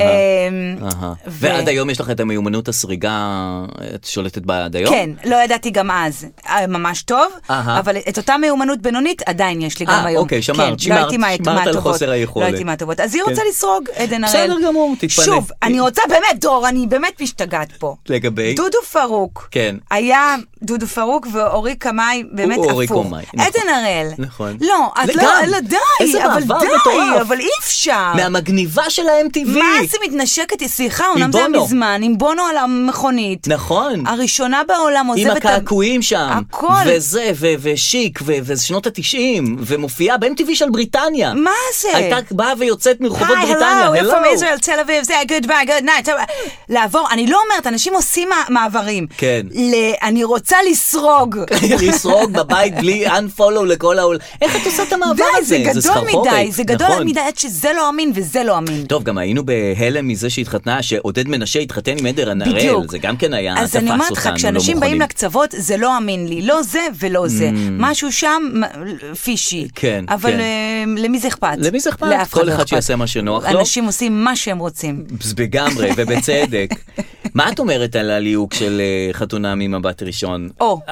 ועד היום יש לך את המיומנות הסריגה, את שולטת בה עד היום? כן, לא ידעתי גם אז, ממש טוב, אבל את אותה מיומנות בינונית עדיין יש לי גם היום. אוקיי, שמרת על חוסר היכולת. לא הייתי מהטובות. אז היא רוצה לסרוג עדן הראל. בסדר גמור, תתפנק. שוב, אני רוצה באמת, דרור, אני באמת משתגעת פה. לגבי? דודו פרוק. כן. היה דודו פרוק ואורי קמאי באמת הפוך. עדן הראל. נכון. לא, את לא, די, אבל אי אפשר. מהמגניבה של ה-MTV. מה זה מתנשקת? סליחה, אומנם זה מזמן, עם בונו על המכונית. נכון. הראשונה בעולם עוזבת... עם הקעקועים שם. הכל. וזה, ושיק, ושנות ה-90, ומופיעה ב-MTV של בריטניה. מה זה? הייתה באה ויוצאת מרחובות בריטניה. היי, hello, from Israel, תל אביב, זה, goodbye, good night. לעבור, אני לא אומרת, אנשים עושים מעברים. כן. אני רוצה לסרוג. לסרוג בבית בלי unfollow לכל העול. איך את עושה את המעבר הזה? זה גדול מדי, זה גדול מדי, עד שזה לא אמין וזה לא אמין. טוב, גם היינו בהלם מזה שהתחתנה, שעודד מנשה התחתן עם עדן הראל, זה גם כן היה, אז אני אומרת לך, כשאנשים באים לקצוות, זה לא אמין לי, לא זה ולא זה. משהו שם פישי. כן, אבל למי זה אכפת? למי זה אכפת? כל אחד שיעשה מה שנוח לו. אנשים עושים מה שהם רוצים. בגמרי, ובצדק. מה את אומרת על הליהוק של חתונה ממבט ראשון?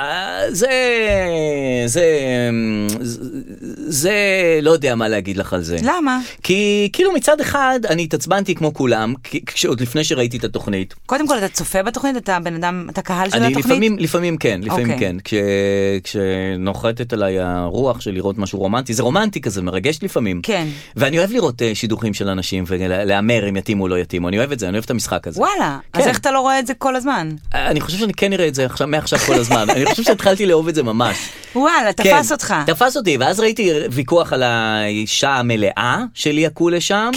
זה לא יודע מה להגיד לך על זה. למה? כי כאילו מצד אחד אני התעצבנתי כמו כולם, עוד לפני שראיתי את התוכנית. קודם כל אתה צופה בתוכנית? אתה בן אדם, אתה קהל של התוכנית? לפעמים כן. כשנוחתת עליי הרוח של לראות משהו רומנטי, זה רומנטי כזה, מרגש לפעמים. כן. ואני אוהב לראות שידוכים של אנשים ולאמר אם יתאימו או לא יתאימו. אני אוהב את זה, אני אוהב את המשחק הזה. וואלה, אז איך אתה לא רואה את זה כל הזמן? אני חושב שאני כן אראה את זה מעכשיו כל הזמן. אני חושב שהתחלתי לאהוב את זה ממש. וואלה, תפס אותך. תפס אותי, ואז ראיתי ויכוח על האישה המלאה שלי עקו לשם,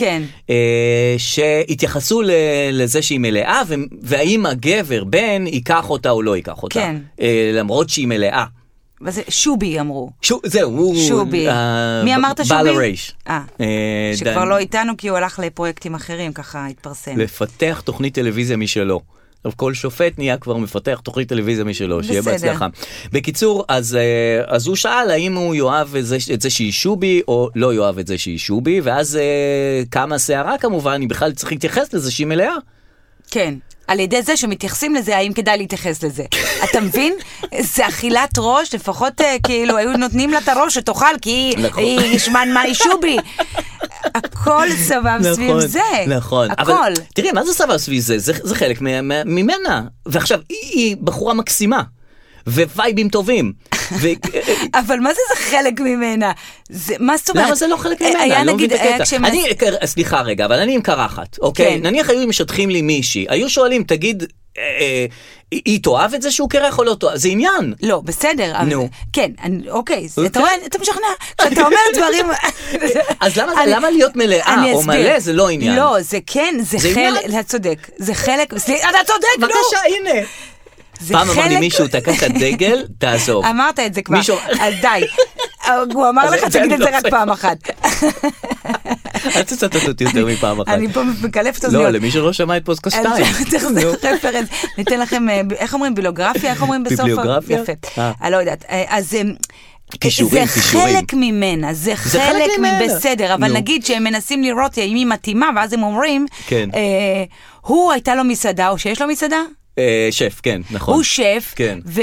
שהתייחסו לזה שהיא מלאה, והאם הגבר בן ייקח אותה או לא ייקח אותה. למרות שהיא מלאה. וזה שובי אמרו. זהו, שובי. מי אמרת שובי? בעל הרייש. שכבר לא איתנו כי הוא הלך לפרויקטים אחרים, ככה התפרסם. לפתח תוכנית טלוויזיה משלו. כל שופט נהיה כבר מפתח תוכנית טלוויזיה משלו, שיהיה בהצלחה. בקיצור, אז הוא שאל האם הוא יאהב את זה שהיא שובי, או לא יאהב את זה שהיא שובי, ואז כמה שערה כמובן, אני בכלל צריך להתייחס לזה שהיא מלאה. כן. על ידי זה שמתייחסים לזה, האם כדאי להתייחס לזה. אתה מבין? זה אכילת ראש, לפחות כאילו היו נותנים לה את הראש שתאכל, כי היא ישמן מה היא שובי. הכל סבב סביב זה. נכון. הכל. תראי, מה זה סבב סביב זה? זה חלק ממנה. ועכשיו, היא בחורה מקסימה. ווייבים טובים. אבל מה זה חלק ממנה? מה זאת אומרת? למה זה לא חלק ממנה? היה נגיד, סליחה רגע, אבל אני עם קרחת, אוקיי? נניח היו משטחים לי מישהי, היו שואלים, תגיד, היא תאהב את זה שהוא קרח או לא תאהב? זה עניין. לא, בסדר. נו. כן, אוקיי. אתה רואה, אתה משכנע. כשאתה אומר דברים... אז למה להיות מלאה או מלא זה לא עניין? לא, זה כן, זה חלק, אתה צודק. זה חלק, אתה צודק, נו. בבקשה, הנה. פעם אמר לי מישהו, תקע את הדגל, תעזוב. אמרת את זה כבר, אז די. הוא אמר לך, תגיד את זה רק פעם אחת. אל תצטט אותי יותר מפעם אחת. אני פה מקלפת אוזניות. לא, למי שלא שמע את פודקאסט 2. תחזור רפרנס. ניתן לכם, איך אומרים בילוגרפיה? איך אומרים בסוף? ביבליוגרפיה? יפה. אני לא יודעת. אז... קישורים. זה חלק ממנה, זה חלק בסדר, אבל נגיד שהם מנסים לראות אם היא מתאימה, ואז הם אומרים, הוא הייתה לו מסעדה, או שיש לו מסעדה? שף, כן, נכון. הוא שף,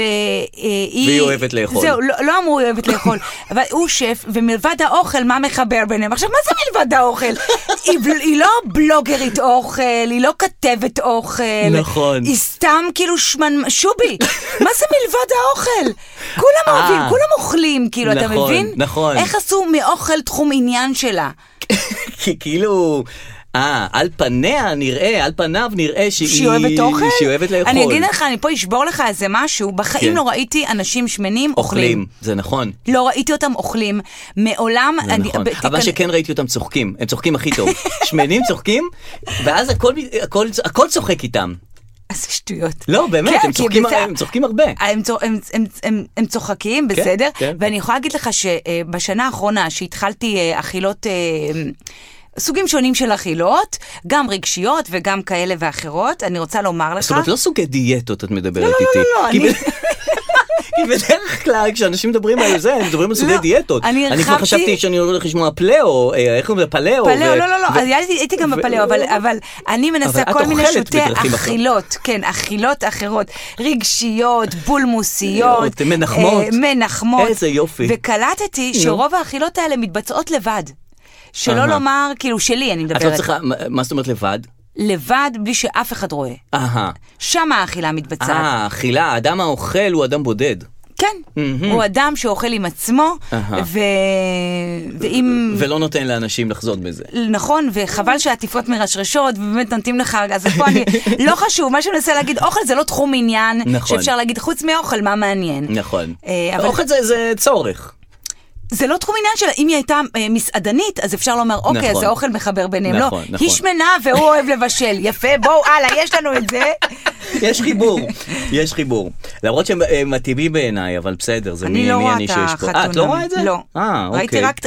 והיא אוהבת לאכול. זהו, לא אמרו אוהבת לאכול, אבל הוא שף, ומלבד האוכל, מה מחבר ביניהם? עכשיו, מה זה מלבד האוכל? היא לא בלוגרית אוכל, היא לא כתבת אוכל. נכון. היא סתם כאילו שובי. מה זה מלבד האוכל? כולם אוהבים, כולם אוכלים, כאילו, אתה מבין? נכון. איך עשו מאוכל תחום עניין שלה? כי כאילו... על פניו נראה שהיא אוהבת אוכל? שהיא אוהבת לאכול. אני אגיד לך, אני פה אשבור לך איזה משהו, בחיים לא ראיתי אנשים שמנים אוכלים. זה נכון. לא ראיתי אותם אוכלים, מעולם... זה נכון, אבל שכן ראיתי אותם צוחקים, הם צוחקים הכי טוב. שמנים צוחקים, ואז הכל צוחק איתם. אז שטויות. לא, באמת, הם צוחקים הרבה. הם צוחקים, בסדר? ואני יכולה להגיד לך שבשנה האחרונה שהתחלתי אכילות... סוגים שונים של אכילות, גם רגשיות וגם כאלה ואחרות, אני רוצה לומר לך... זאת אומרת, לא סוגי דיאטות את מדברת איתי. לא, כי בדרך כלל, כשאנשים מדברים על זה, הם מדברים על סוגי דיאטות. אני כבר חשבתי שאני הולך לשמוע פלאו, איך קוראים לזה? פלאו. לא, הייתי גם בפלאו, אבל אני מנסה כל מיני שוטי אכילות, כן, אכילות אחרות, רגשיות, בולמוסיות, מנחמות. איזה יופי. וקלטתי שרוב האכילות האלה מתבצעות לבד. שלא לומר, כאילו שלי אני מדברת. את לא צריכה, מה זאת אומרת לבד? לבד בלי שאף אחד רואה. שם האכילה מתבצעת. האכילה, האדם האוכל הוא אדם בודד. כן, הוא אדם שאוכל עם עצמו, ולא נותן לאנשים לחזות בזה. נכון, וחבל שהעטיפות מרשרשות, ובאמת נותנים לך, אז פה אני, לא חשוב, מה שאני מנסה להגיד, אוכל זה לא תחום עניין, שאפשר להגיד חוץ מאוכל, מה מעניין. נכון, אוכל זה צורך. זה לא תחום עניין שלה, אם היא הייתה מסעדנית, אז אפשר לומר, אוקיי, אז זה אוכל מחבר ביניהם. לא, היא שמנה והוא אוהב לבשל. יפה, בואו, הלאה, יש לנו את זה. יש חיבור. למרות שהם מתאימים בעיניי, אבל בסדר, זה מי אני שיש פה. את לא רואה את זה? לא. ראיתי רק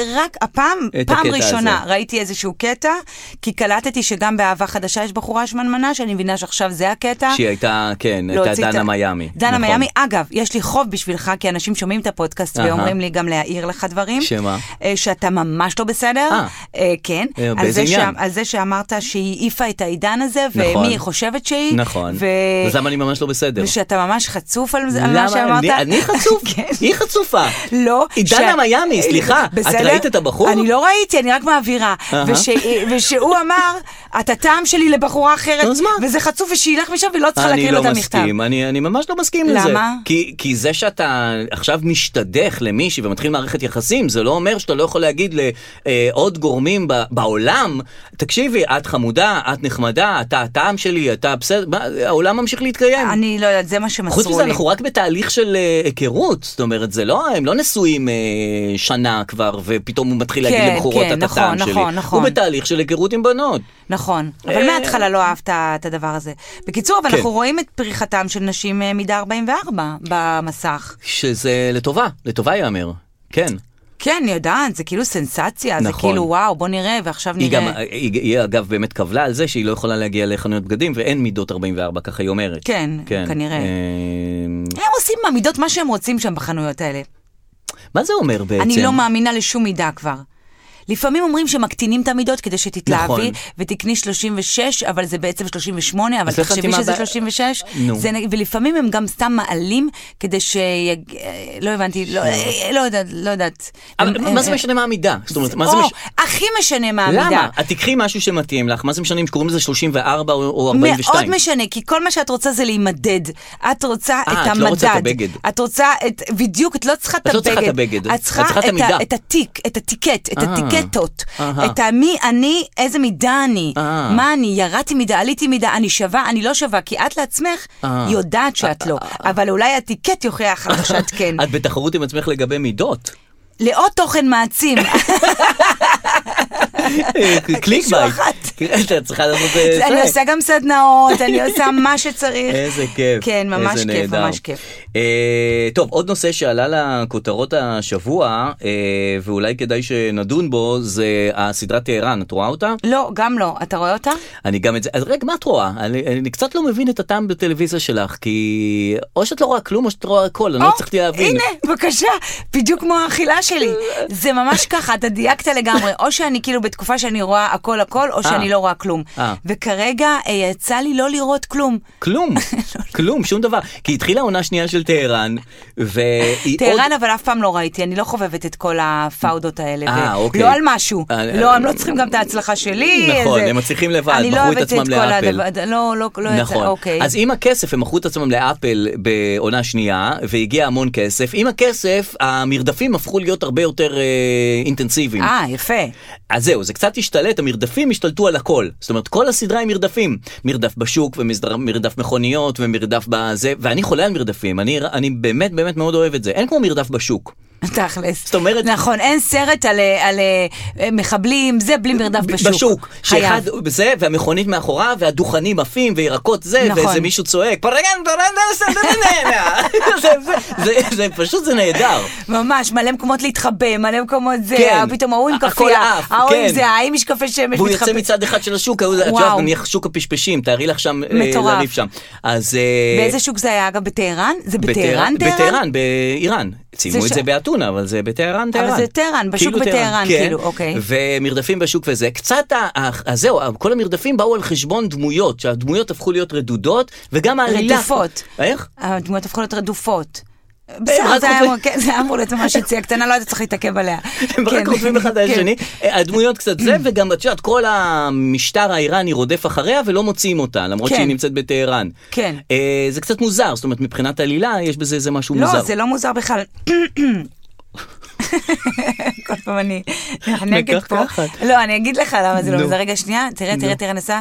פעם ראשונה, ראיתי איזשהו קטע, כי קלטתי שגם באהבה חדשה יש בחורה שמנמנה, שאני מבינה שעכשיו זה הקטע. שהיא הייתה, כן, הייתה דנה מיאמי. דנה מיאמי, אגב, יש לי חוב בשבילך, כי אנשים שומעים את הפודקאסט ואומרים לי גם להעיר לך דברים. שמה? שאתה ממש לא בסדר. כן. באיזה עניין? על זה שאמרת שהיא העיפה את העידן הזה, ומי היא חושבת שהיא. נכון. אז למה אני ממש לא בסדר? ושאתה ממש חצוף על מה שאמרת. אני חצוף? היא חצופה. לא. דנה מיאמי, סליחה. את ראית את הבחור? אני לא ראיתי, אני רק מעבירה. ושהוא אמר, אתה טעם שלי לבחורה אחרת, וזה חצוף ושילך משם ולא צריכה להקריא לו את המכתב. אני ממש לא מסכים לזה. למה? כי זה שאתה עכשיו משתדך למישהי ומתחיל מערכת יחסים, זה לא אומר שאתה לא יכול להגיד לעוד גורמים בעולם, תקשיבי, את חמודה, את נחמדה, אתה הטעם שלי, אתה בסדר, העולם ממשיך להתקיים. אני לא יודעת, זה מה שמסרו לי. חוץ מזה, אנחנו רק בתהליך של היכרות, זאת אומרת, זה לא, הם לא נשואים שנה כבר, ופתאום הוא מתחיל להגיד לבחורות את הטעם שלי. הוא בתהליך של היכרות עם בנות. נכון, אבל מההתחלה לא אהבת את הדבר הזה. בקיצור, אבל אנחנו רואים את פריחתם של נשים מידה 44 במסך. שזה לטובה יאמר, כן. כן, אני יודעת, זה כאילו סנסציה, זה כאילו וואו, בוא נראה, ועכשיו נראה. היא אגב באמת קבלה על זה שהיא לא יכולה להגיע לחנויות בגדים, ואין מידות 44, ככה היא אומרת. כן, כנראה. הם עושים מהמידות מה שהם רוצים שם בחנויות האלה. מה זה אומר בעצם? אני לא מאמינה לשום מידה כבר. לפעמים אומרים שמקטינים את המידות כדי שתתלהבי, ותקני 36, אבל זה בעצם 38, אבל תחשבי שזה 36, ולפעמים הם גם סתם מעלים, כדי לא הבנתי, לא יודעת. מה זה משנה מה המידה? הכי משנה מה המידה. למה? את תקחי משהו שמתאים לך, מה זה משנה אם שקוראים לזה 34 או 42? מאוד משנה, כי כל מה שאת רוצה זה להימדד. את רוצה את המדד. את לא רוצה את הבגד. את רוצה בדיוק, את לא צריכה את הבגד. את צריכה את התיק, את הטיקט, את הטיקטות. את מי אני, איזה מידה אני. מה אני, ירדתי מידה, עליתי מידה, אני שווה, אני לא שווה, כי את לעצמך יודעת שאת לא. אבל אולי הטיקט יוכיח לך שאת כן. את בתחרות עם עצמך לגבי מידות. לעוד תוכן מעצים. קליק בייט. אתה צריכה לעשות זה. אני עושה גם סדנאות, אני עושה מה שצריך. איזה כיף. כן, ממש כיף, ממש כיף. טוב, עוד נושא שעלה לכותרות השבוע, ואולי כדאי שנדון בו, זה הסדרת טהרן. את רואה אותה? לא, גם לא. אתה רואה אותה? אני גם את זה. אז רגע, מה את רואה? אני קצת לא מבין את הטעם בטלוויזיה שלך, כי או שאת לא רואה כלום, או שאת רואה הכל. אני לא צריכתי להבין. הנה, בבקשה. בדיוק כמו האכילה שלי. זה ממש ככה, אתה דייקת לגמרי. או שאני כאילו בתקופה שאני רואה הכל, או שאני לא רואה כלום. וכרגע יצא לי לא לראות כלום. כלום, שום דבר. כי התחילה העונה שנייה של טהרן, טהרן אבל אף פעם לא ראיתי, אני לא חובבת את כל הפאודות האלה. לא על משהו. לא, הם לא צריכים גם את ההצלחה שלי. נכון, הם מצליחים לבד, מכרו את עצמם לאפל. לא יצא, אוקיי. אז עם הכסף, הם מכרו את עצמם לאפל בעונה שנייה, והגיע המון כסף. עם הכסף, המרדפים הפכו להיות הרבה יותר אינטנסיביים. יפה. אז זהו, זה קצת השתלט, המרדפים השתלטו הכל. זאת אומרת, כל הסדרה היא מרדפים. מרדף בשוק, ומרדף מכוניות, ומרדף בזה, ואני חולה על מרדפים. אני באמת באמת מאוד אוהב את זה. אין כמו מרדף בשוק. תכלס. זאת אומרת... נכון, אין סרט על מחבלים, זה בלי מרדף בשוק. בשוק. שאחד זה, והמכונית מאחורה, והדוכנים עפים, וירקות זה, ואיזה מישהו צועק, זה פשוט, זה נהדר. ממש, מלא מקומות להתחבא, מלא מקומות זה, פתאום ההוא עם כפייה, ההוא עם זה, ההוא עם משקפי שמש. והוא יוצא מצד אחד של השוק, נניח שוק הפשפשים, תארי לך שם, לריב שם. באיזה שוק זה היה, אגב, בטהרן? זה בטהרן? בטהרן, באיראן. ציימו את זה באתונה, אבל זה בטהרן. אבל זה טהרן, בשוק בטהרן, כאילו, אוקיי. ומרדפים בשוק וזה. קצת, זהו, כל המרדפים באו על חשבון דמויות, שהדמויות הפכו להיות רדודות, וגם העלילה... רדופות. איך? הדמויות הפכו להיות רדופות. זה אמור להיות ממש יציאה קטנה, לא הייתה צריך להתעכב עליה. הם רק כותבים אחד על השני, הדמויות קצת זה, וגם כל המשטר האיראני רודף אחריה ולא מוצאים אותה, למרות שהיא נמצאת בטהרן. כן. זה קצת מוזר, זאת אומרת, מבחינת העלילה יש בזה איזה משהו מוזר. לא, זה לא מוזר בכלל. כל פעם אני נגד פה. לא, אני אגיד לך למה זה לא מוזר. רגע, שנייה, תראה, נסע.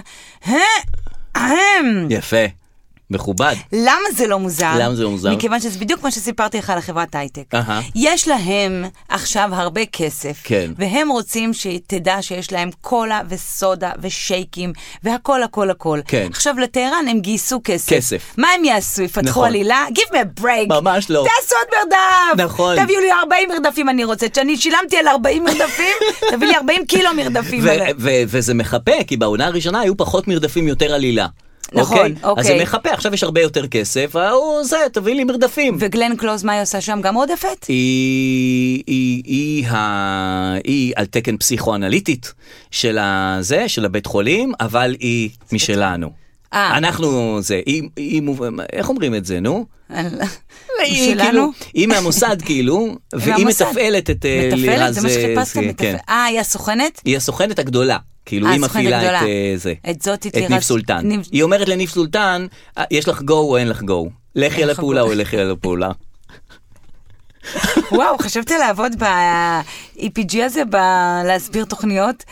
יפה. מכובד. למה זה לא מוזר? למה זה לא מוזר? מכיוון שזה בדיוק כמו שסיפרתי לך על החברת הייטק. יש להם עכשיו הרבה כסף, כן. והם רוצים שתדע שיש להם קולה וסודה ושייקים, והכל, הכל, הכל. כן. עכשיו לטהרן הם גייסו כסף. כסף. מה הם יעשו? יפתחו נכון. עלילה? Give me a break. ממש לא. תעשו עוד מרדף. נכון. תביאו לי 40 מרדפים אני רוצה. שאני שילמתי על 40 מרדפים, תביא לי 40 קילו מרדפים. וזה מחפה, כי בעונה הראשונה היו פחות מרדפים, יותר עלילה. נכון, אוקיי. אז זה מחפה, עכשיו יש הרבה יותר כסף, תביא לי מרדפים. וגלן קלוז, מה היא עושה שם? גם עודפת? היא על תקן פסיכואנליטית של הבית חולים, אבל היא משלנו. אנחנו זה, איך אומרים את זה, נו? שלנו? היא מהמוסד כאילו, והיא מתפעלת את מתפעלת? זה מה שחיפשת, מתפעלת. היא הסוכנת? היא הסוכנת הגדולה. כאילו היא מפעילה את זה, את ניב סולטן. היא אומרת לניב סולטן, יש לך גו או אין לך גו? לכי על הפעולה או לכי על הפעולה. וואו, חשבתי לעבוד ב-EPG הזה, להסביר תוכניות.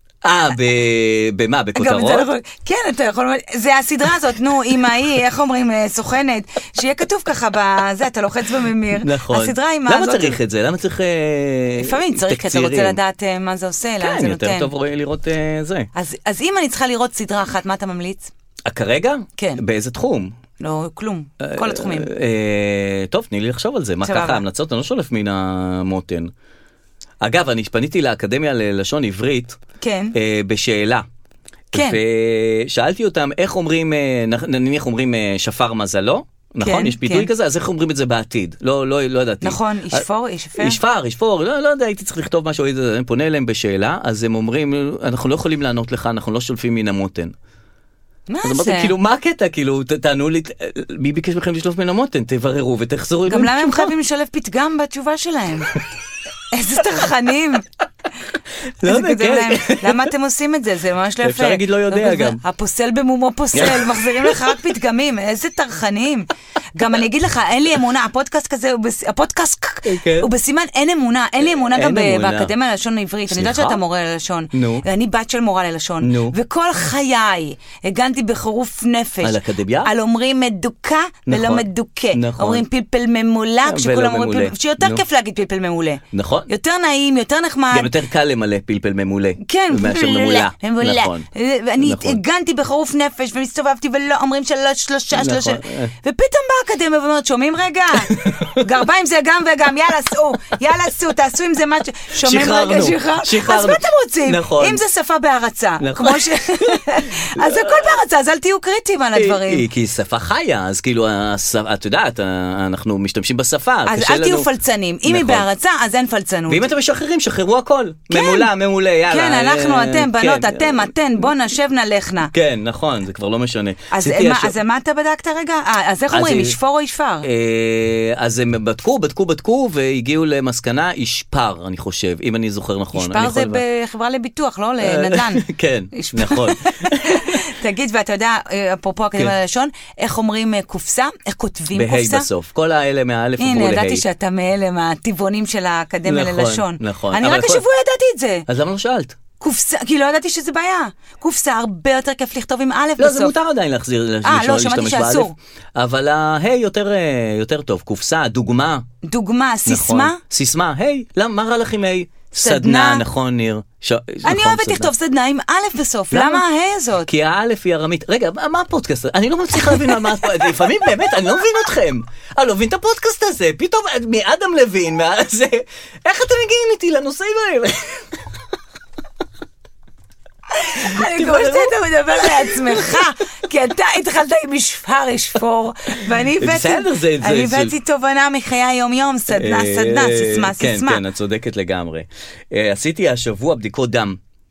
במה? בכותרות? כן, אתה יכול... זה הסדרה הזאת, נו, אמא היא, איך אומרים, סוכנת, שיהיה כתוב ככה בזה, אתה לוחץ בממיר. נכון. הסדרה עם למה צריך את זה? למה צריך לפעמים צריך, אתה רוצה לדעת מה זה עושה, לאן זה נותן. כן, יותר טוב לראות זה. אז אם אני צריכה לראות סדרה אחת, מה אתה ממליץ? כרגע? כן. באיזה תחום? לא, כלום. כל התחומים. טוב, תני לי לחשוב על זה. מה ככה, המלצות? אני לא שולף מן המותן. אגב, אני פניתי לאקדמיה ללשון עברית, כן. בשאלה. כן. ושאלתי אותם איך אומרים, נניח אומרים שפר מזלו, נכון? יש ביטוי כזה, אז איך אומרים את זה בעתיד? לא ידעתי. נכון, ישפור, ישפור, לא יודע, הייתי צריך לכתוב משהו, אני פונה אליהם בשאלה, אז הם אומרים, אנחנו לא יכולים לענות לך, אנחנו לא שולפים מן המותן. מה זה? אז אמרתי, כאילו, מה הקטע? כאילו, תענו לי, מי ביקש בכם לשלוף מן המותן? תבררו ותחזרו. גם למה הם חייבים לשלב פתגם בתשובה שלהם? איזה תרחנים. למה אתם עושים את זה? זה ממש לא יפה. אפשר להגיד לא יודע גם. הפוסל במומו פוסל, מחזירים לך רק פתגמים, איזה תרחנים. גם אני אגיד לך, אין לי אמונה, הפודקאסט כזה, הפודקאסט הוא בסימן אין אמונה, אין לי אמונה גם באקדמיה ללשון העברית. אני יודעת שאתה מורה ללשון, ואני בת של מורה ללשון, וכל חיי הגנתי בחירוף נפש. על אקדמיה? על אומרים מדוקה ולא מדוקה. אומרים פלפל ממולה, כשכולם אומרים פלפל, שיותר כיף להגיד פלפל ממולה. נכון. יותר נעים, יותר נחמד. גם יותר קל למלא פלפל ממולה. כן, ממולה. נכון. ואני הגנתי בחירוף נפש ומסתובבתי ולא אומרים שלושה. ופתאום באקדמיה ואומרת, שומעים רגע? גרביים זה גם וגם, יאללה סעו, תעשו עם זה מה שומעים רגע, שחררנו. אז מה אתם רוצים? אם זה שפה בהרצה, כמו ש... אז הכל בהרצה, אז אל תהיו קריטיים על הדברים. כי שפה חיה, אז כאילו, את יודעת, אנחנו משתמשים בשפה. אז אל תהיו פלצנים. אם היא בהרצה, אז אין פלצנות. ואם אתם משחררים, שחררו הכל. ממולה, יאללה. כן, אנחנו, אתם, בנות, אתן, בוא נשב נלכנה. כן, נכון, זה כבר לא משנה. אז מה אתה בדקת רגע? אז איך אומרים, ישפור או ישפר? אז הם בדקו, והגיעו למסקנה, ישפר, אני חושב, אם אני זוכר נכון. ישפר זה בחברה לביטוח, לא לנדל"ן. כן, נכון. תגיד, ואתה יודע, אפרופו אקדמיה ללשון, איך אומרים קופסה? איך כותבים קופסה? בהי בסוף. כל האלה מהאלף עברו להי. הנה, ידעתי שאתה מאלה מהטבעונים של האקדמיה ללשון. נכון. אני רק השבוע ידעתי את זה. אז למה לא שאלת? קופסה, כי לא ידעתי שזה בעיה. קופסה הרבה יותר כיף לכתוב עם א' בסוף. לא, זה מותר עדיין להחזיר, לא, שמעתי שאסור. אבל היי יותר טוב, קופסה, דוגמה. דוגמה, סיסמה? סיסמה, היי, מה רע לך עם היי? סדנה, נכון ניר. אני אוהבת לכתוב סדנה עם א' בסוף, למה ההי הזאת? כי האלף היא ארמית. רגע, מה הפודקאסט? אני לא מצליח להבין על מה... לפעמים באמת, אני לא מבין אתכם. אני לא מבין את הפודקאסט הזה. פתאום מאדם לוין, איך אתם מגיעים איתי לנושאים האלה? אני חושבת שאתה מדבר לעצמך, כי אתה התחלת עם משפר ישפור, ואני הבאתי תובנה מחיי היום-יום, סדנה, סיסמה. כן, את צודקת לגמרי. עשיתי השבוע בדיקות דם.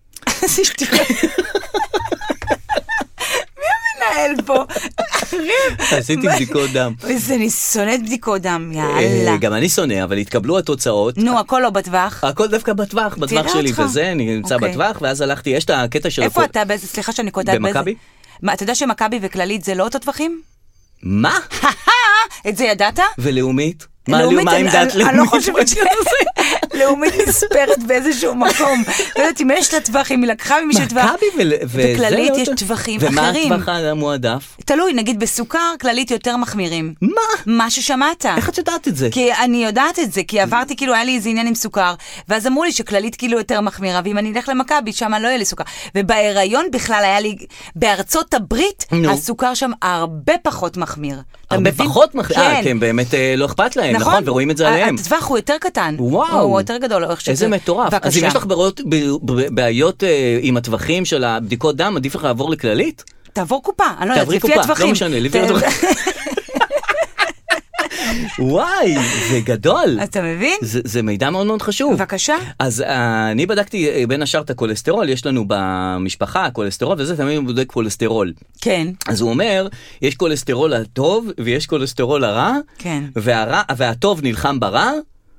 מנהל פה. עשיתי בדיקות דם. אני שונאת בדיקות דם, יאללה. גם אני שונא, אבל התקבלו התוצאות. נו, הכל לא בטווח. הכל דווקא בטווח שלי וזה, אני נמצא בטווח, ואז הלכתי, יש את הקטע של... איפה אתה? סליחה שאני קודעת באיזה... במכבי? אתה יודע שמכבי וכללית זה לא אותו טווחים? מה? את זה ידעת? ולאומית? מה עם דעת לאומית? אני לא חושבת לאומית נספרת באיזשהו מקום. לא יודעת אם יש לה טווחים, היא לקחה ממישהו טווח. וכללית יש טווחים אחרים. ומה הטווח המועדף? תלוי, נגיד בסוכר, כללית יותר מחמירים. מה? מה ששמעת. איך את יודעת את זה? כי אני יודעת את זה, כי עברתי, כאילו היה לי איזה עניין עם סוכר, ואז אמרו לי שכללית כאילו יותר מחמירה, ואם אני אלך למכבי, שם לא יהיה לי סוכר. ובהיריון בכלל היה לי, בארצות הברית, הסוכר שם הרבה פחות מחמיר. הרבה פחות מחמיר? כן, באמת לא אכפת להם. נכון, ורואים את זה עליהם. הטווח הוא יותר קטן. וואו. הוא יותר גדול. איזה מטורף. אז אם יש לך בעיות עם הטווחים של הבדיקות דם, עדיף לך לעבור לכללית? תעבור קופה. אני לא יודעת, לפי הטווחים. לא משנה, לפי הטווחים. וואי, זה גדול. אתה מבין? זה מידע מאוד מאוד חשוב. בבקשה. אז אני בדקתי בין השאר את הכולסטרול, יש לנו במשפחה כולסטרול, וזה תמיד בודק כולסטרול. כן. אז הוא אומר, יש כולסטרול הטוב, ויש כולסטרול הרע, כן. והטוב נלחם ברע,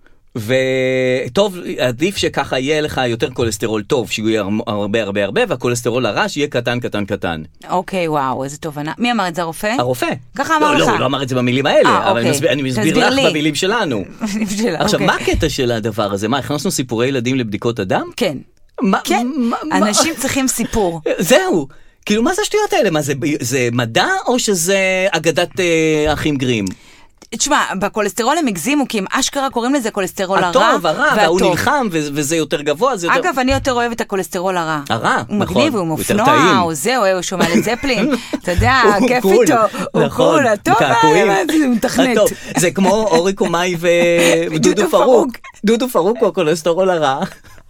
וטוב, עדיף שככה יהיה לך יותר כולסטרול טוב, שהוא יהיה הרבה, והכולסטרול הרע שיהיה קטן. אוקיי, וואו, איזה תובנה. מי אמר את זה, הרופא? הרופא. ככה אמר לך. לא, הוא לא אמר את זה במילים האלה, אבל אני מסביר לך במילים שלנו. עכשיו, מה הקטע של הדבר הזה? מה, הכנסנו סיפורי ילדים לבדיקות הדם? כן. כן, אנשים צריכים סיפור. זהו. כאילו, מה זה השטויות האלה? מה, זה מדע או שזה אגדת אחים גרים? תשמע, בכולסטרול הם הגזימו, כי הם אשכרה קוראים לזה כולסטרול הרע. הטוב, הרע, והוא נלחם, וזה יותר גבוה. אגב, אני יותר אוהב את הכולסטרול הרע. הרע, נכון. הוא מגניב, הוא מופנוע, הוא זהו, הוא שומע לזפלין. אתה יודע, כיף איתו. הוא קול, הטוב, הוא מתכנת. זה כמו אורי קומאי ודודו פרוק. דודו פרוק הוא הכולסטרול הרע.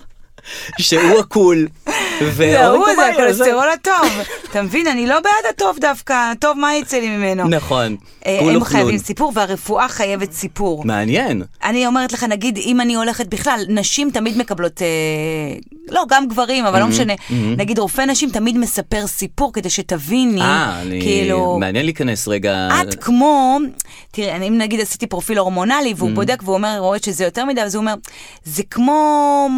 שהוא הקול. והוא זה הכולסטרול הטוב. אתה מבין, אני לא בעד הטוב דווקא. טוב, מה יצא לי ממנו? נכון. הם חייבים סיפור, והרפואה חייבת סיפור. מעניין. אני אומרת לך, נגיד, אם אני הולכת בכלל, נשים תמיד מקבלות, לא, גם גברים, אבל לא משנה. נגיד, רופא נשים תמיד מספר סיפור כדי שתביני, כאילו... מעניין להיכנס רגע... את כמו... תראה, אני נגיד עשיתי פרופיל הורמונלי, והוא בודק והוא אומר, רואה שזה יותר מדי, אז הוא אומר, זה כמו...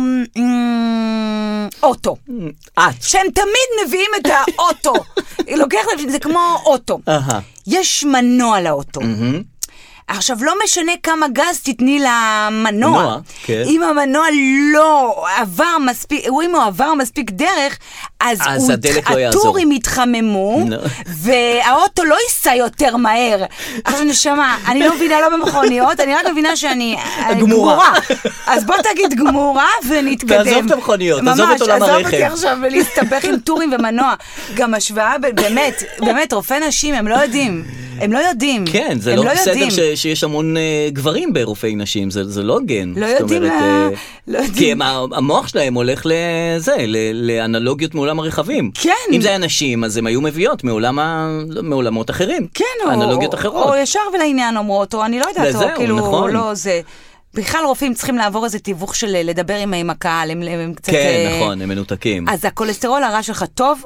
אוטו. שהם תמיד מביאים את האוטו. זה כמו אוטו. יש מנוע לאוטו. עכשיו, לא משנה כמה גז תתני למנוע. אם המנוע לא עבר מספיק, אם הוא עבר מספיק דרך, אז הטורים יתחממו, והאוטו לא ייסע יותר מהר. עכשיו נשמע, אני לא מבינה לא במכוניות, אני רק מבינה שאני גמורה. אז בוא תגיד גמורה ונתקדם. תעזוב את המכוניות, תעזוב את עולם הרכב. עזוב אותי עכשיו ולהסתבך עם טורים ומנוע. גם השוואה, באמת, רופאי נשים, הם לא יודעים. הם לא יודעים. כן, זה לא בסדר שיש המון גברים ברופאי נשים, זה לא גן. לא יודעים. כי המוח שלהם הולך לאנלוגיות מעולם הרכבים. כן. אם זה היה נשים, אז הם היו מביאות מעולמות אחרים. כן, אנלוגיות אחרות. או ישר ולעניין אומרות, או אני לא יודעת, או כאילו, לא זה... בכלל רופאים צריכים לעבור איזה תיווך של לדבר עם הקהל, הם קצת... כן, נכון, הם מנותקים. אז הכולסטרול הרע שלך טוב...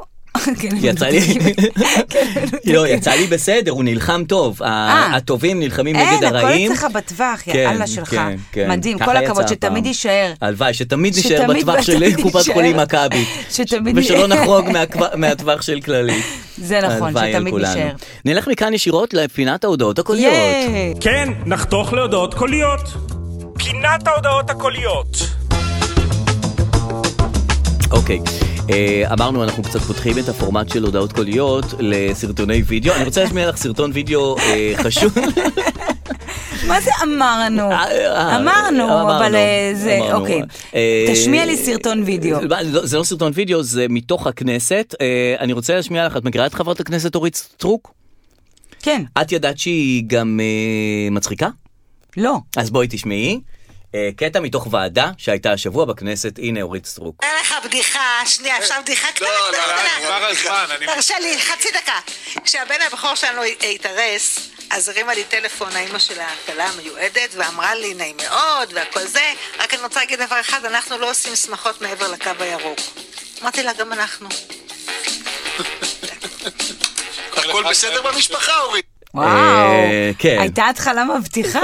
יצא לי בסדר, הוא נלחם טוב, הטובים נלחמים נגד הרעים. הכל אצלך בטווח, יאללה שלך, מדהים, כל הכבוד, שתמיד יישאר. הלוואי, שתמיד יישאר בטווח של קופת חולים מכבי, ושלא נחרוג מהטווח של כללית. זה נכון, שתמיד יישאר. נלך מכאן ישירות לפינת ההודעות הקוליות. כן, נחתוך להודעות קוליות. פינת ההודעות הקוליות. אוקיי, אמרנו אנחנו קצת פותחים את הפורמט של הודעות קוליות לסרטוני וידאו. אני רוצה להשמיע לך סרטון וידאו חשוב. מה זה אמרנו? אמרנו, אבל זה, אוקיי. תשמיע לי סרטון וידאו. זה לא סרטון וידאו, זה מתוך הכנסת. אני רוצה להשמיע לך, את מכירה את חברת הכנסת אורית סטרוק? כן. את ידעת שהיא גם מצחיקה? לא. אז בואי תשמעי. קטע מתוך ועדה שהייתה השבוע בכנסת, הנה אורית סטרוק. אין לך בדיחה, שנייה, אפשר בדיחה קטנה? לא, נגמר הזמן. תרשה לי, חצי דקה. כשהבן הבכור שלנו התארס, אז הרימה לי טלפון האמא של הכלה המיועדת, ואמרה לי, נעים מאוד, והכל זה, רק אני רוצה להגיד דבר אחד, אנחנו לא עושים שמחות מעבר לקו הירוק. אמרתי לה, גם אנחנו. הכל בסדר במשפחה, אורית? וואו, כן. הייתה התחלה מבטיחה.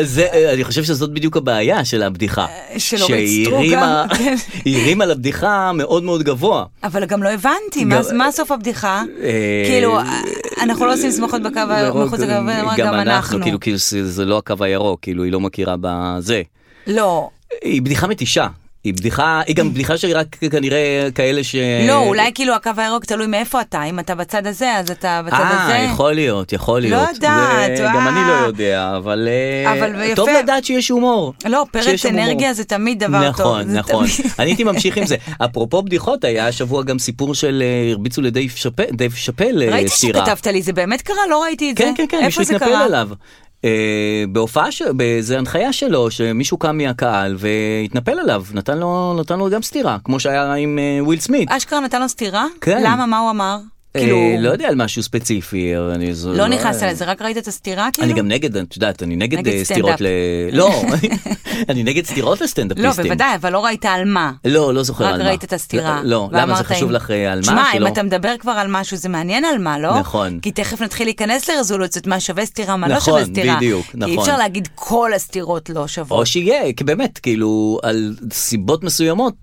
אני חושב שזאת בדיוק הבעיה של הבדיחה. של אורית סטרוק גם. היא הרימה לבדיחה מאוד מאוד גבוה. אבל גם לא הבנתי, מה סוף הבדיחה? כאילו, אנחנו לא עושים שמחות בקו הירוק, מחוץ לקו הירוק, גם אנחנו. כאילו זה לא הקו הירוק, כאילו היא לא מכירה בזה. לא. היא בדיחה מתישה. היא גם בדיחה שהיא רק כנראה כאלה ש... לא, אולי כאילו הקו הירוק תלוי מאיפה אתה, אם אתה בצד הזה, אז אתה בצד הזה. יכול להיות. לא יודעת. גם אני לא יודע, אבל טוב לדעת שיש הומור. לא, פרץ אנרגיה זה תמיד דבר טוב. נכון. אני הייתי ממשיך עם זה. אפרופו בדיחות, היה השבוע גם סיפור של הרביצו לדייב שאפל ראיתי סטירה. שכתבת לי, זה באמת קרה? לא ראיתי את זה. כן, מישהו התנפל עליו. בהופעה, באיזה הנחיה שלו, שמישהו קם מהקהל והתנפל עליו, נתן לו גם סתירה, כמו שהיה עם וויל סמית. אשכרה נתן לו סתירה? כן. למה? מה הוא אמר? לא יודע על משהו ספציפי. לא נכנס לזה, רק ראית את הסתירה כאילו? אני גם נגד, את יודעת, אני נגד סתירות לא, אני נגד סתירות לסטנדאפיסטים. לא, בוודאי, אבל לא ראית על מה. לא זוכר על מה. רק ראית את הסתירה. לא, למה זה חשוב לך על מה? שמע, אם אתה מדבר כבר על משהו, זה מעניין על מה, לא? נכון. כי תכף נתחיל להיכנס לרזולוציות, מה שווה סתירה, מה לא שווה סתירה. נכון, בדיוק, כי אי אפשר להגיד כל הסתירות לא שוות. או שיהיה, כי באמת, כאילו, על סיבות מסוימות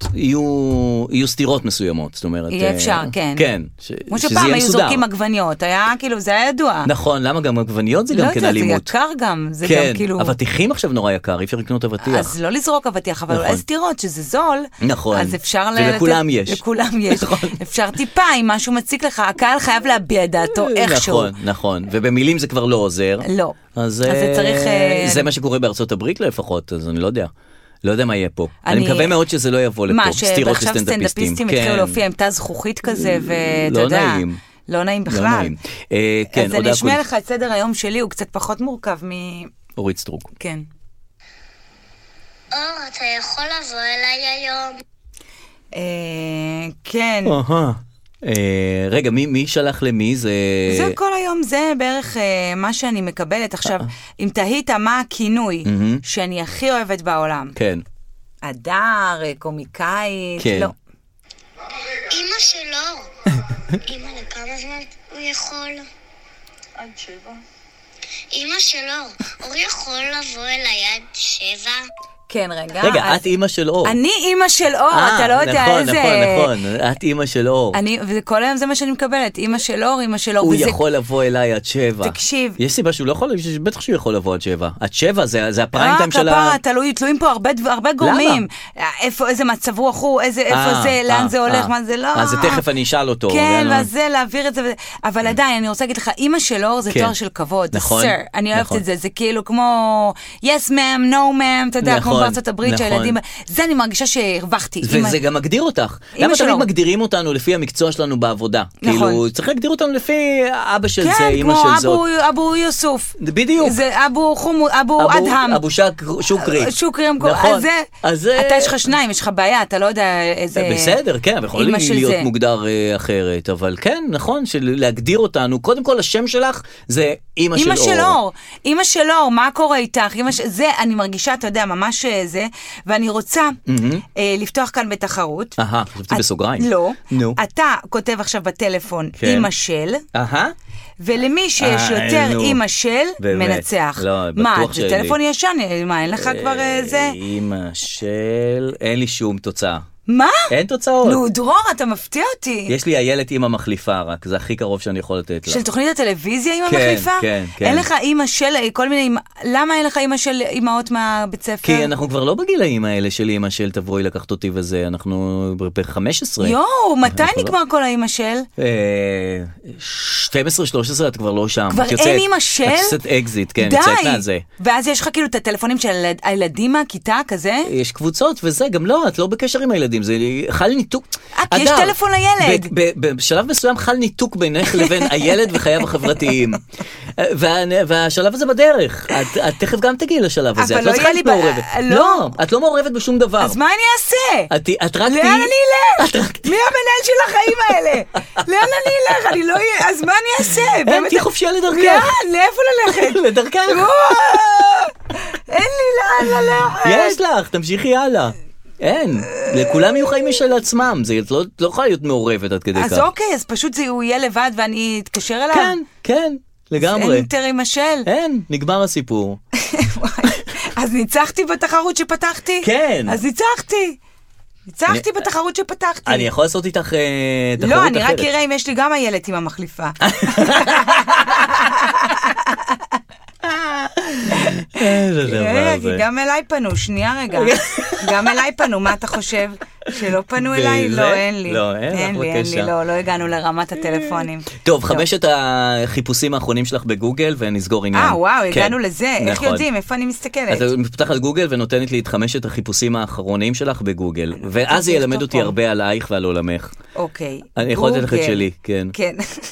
יהיו סתירות מסוימות, זאת אומרת. יהיה אפשר, כן. כן, כמו שפעם היו זורקים עגבניות, היה כאילו, זה היה ידוע. נכון, למה גם עגבניות זה גם כן אלימות? לא יודעת, זה יקר גם, זה כן, גם כאילו... אבטיחים עכשיו נורא יקר, אי אפשר לקנות אבטיח. אז לא לזרוק אבטיח, אבל אולי סתירות שזה זול, נכון, אז אפשר... ולכולם יש. לכולם יש. אפשר טיפה, אם משהו מציק לך, הקהל חייב להביע את דעתו איכשהו. נכון, ובמילים זה כבר לא עוזר. לא. אז זה צריך... זה מה שקורה בארצות הברית לפחות, אז אני לא יודע. לא יודע מה יהיה פה. אני מקווה מאוד שזה לא יבוא לפה. סתירות לסטנדאפיסטים. מה, שעכשיו סטנדאפיסטים התחילו להופיע עם תא זכוכית כזה, ואתה יודע... לא נעים. לא נעים בכלל. כן, אז אני אשמיע לך את סדר היום שלי, הוא קצת פחות מורכב אורית סטרוק. כן. אור, אתה יכול לבוא אליי היום? כן. רגע, מי שלח למי? זה כל היום, זה בערך מה שאני מקבלת. עכשיו, אם תהית מה הכינוי שאני הכי אוהבת בעולם. כן. אדר, קומיקאית, לא. אמא שלו. אמא, לכמה זמן הוא יכול? עד 7. אמא שלו, אור יכול לבוא אליי עד 7? כן, רגע. רגע, את אימא של אור. אני אימא של אור, אתה לא יודע איזה... נכון, את אימא של אור. וכל היום זה מה שאני מקבלת, אימא של אור, אימא של אור. הוא יכול לבוא אליי עד 7. תקשיב. יש סיבה שהוא לא יכול, בטח שהוא יכול לבוא עד 7. עד 7 זה הפריים טיים של כפרה, תלויים פה הרבה גורמים. איזה מצב רוח הוא, איפה זה, לאן זה הולך, מה זה לא. אז זה תכף אני אשאל אותו. כן, וזה להעביר את זה. אבל עדיין, אני רוצה להגיד לך, אימא של אור זה תואר של כבוד. נכון. אני אוהבת את זה, זה כאילו כמו yes ma'am, no ma'am, אתה יודע, כמו בארצות הברית שהילדים, זה אני מרגישה שהרווחתי. וזה גם מגדיר אותך. למה תמיד מגדירים אותנו לפי המקצוע שלנו בעבודה? כאילו, צריך להגדיר אותנו לפי אבא של זה, אמא של זאת. כן, כמו אבו יוסוף. בדיוק. זה אבו אדהם. אבו שוקרי. שוקרי, אז אתה יש לך שניים, יש לך בעיה, אתה לא יודע איזה... בסדר, כן, יכול להיות מוגדר אחרת, אבל כן, נכון, להגדיר אותנו, קודם כל השם שלך זה אמא של אור. אמא של אור, מה קורה איתך? זה אני מרגישה, אתה יודע, ממש זה, ואני רוצה לפתוח כאן בתחרות. חשבתי בסוגריים. לא. אתה כותב עכשיו בטלפון אמא של, ולמי שיש יותר אמא של, מנצח. מה, זה טלפון ישן? מה, אין לך כבר זה? אמא של, אין לי שום תוצאה. מה? אין תוצאות. נו, דרור, אתה מפתיע אותי. יש לי איילת אמא מחליפה רק, זה הכי קרוב שאני יכול לתת לה. של תוכנית הטלוויזיה אמא כן, מחליפה? כן, כן. אין לך אמא של כל מיני, למה אין לך אמא של אמאות מהבית ספר? כי אנחנו כבר לא בגילאים האלה של אמא של תבואי לקחת אותי וזה, אנחנו ב-15. יואו, מתי נגמר כל האמא של? 12-13 את כבר לא שם. כבר אין אמא של? את עושה אקזיט, כן, די. יצאת מהזה. ואז יש לך כאילו את הטלפונים של הילדים מהכיתה כזה? יש קבוצות וזה, גם לא, את לא בקשר עם הילדים, זה חל ניתוק. כי יש טלפון לילד. בשלב מסוים חל ניתוק בינך לבין הילד וחייו החברתיים. והשלב הזה בדרך. את תכף גם תגיעי לשלב הזה, את לא צריכה להיות מעורבת. לא, את לא מעורבת בשום דבר. אז מה אני אעשה? את רק תהיי... לאן אני אלך? מי המנהל של החיים האלה? לאן אני אלך? אני לא אהיה... אז מה אני אעשה? תהיי חופשייה לדרכך. לאן? לאיפה ללכת? לדרכך. אין לי לאן ללכת. יש לך, תמשיכי הלאה. אין, לכולם יהיו חיים משל עצמם, זה לא יכולה להיות מעורבת עד כדי כך. אז אוקיי, אז פשוט הוא יהיה לבד ואני אתקשר אליו? כן, כן, לגמרי. אין יותר עם השל? אין, נגמר הסיפור. אז ניצחתי בתחרות שפתחתי? כן. אז ניצחתי בתחרות שפתחתי. אני יכול לעשות איתך תחרות אחרת. לא, אני רק אראה אם יש לי גם איילת עם המחליפה. גם אליי פנו, שנייה רגע. גם אליי פנו, מה אתה חושב? שלא פנו אליי? לא, אין לי. לא, אין לי, לא הגענו לרמת הטלפונים. טוב, 5 החיפושים האחרונים שלך בגוגל ונסגור עניין. וואו, הגענו לזה. איך יודעים? איפה אני מסתכלת? אתה מפתחת גוגל ונותנת לי את 5 החיפושים האחרונים שלך בגוגל, ואז זה ילמד אותי הרבה עלייך ועל עולמך. אוקיי. אני יכול לתת לך את שלי, כן. כן.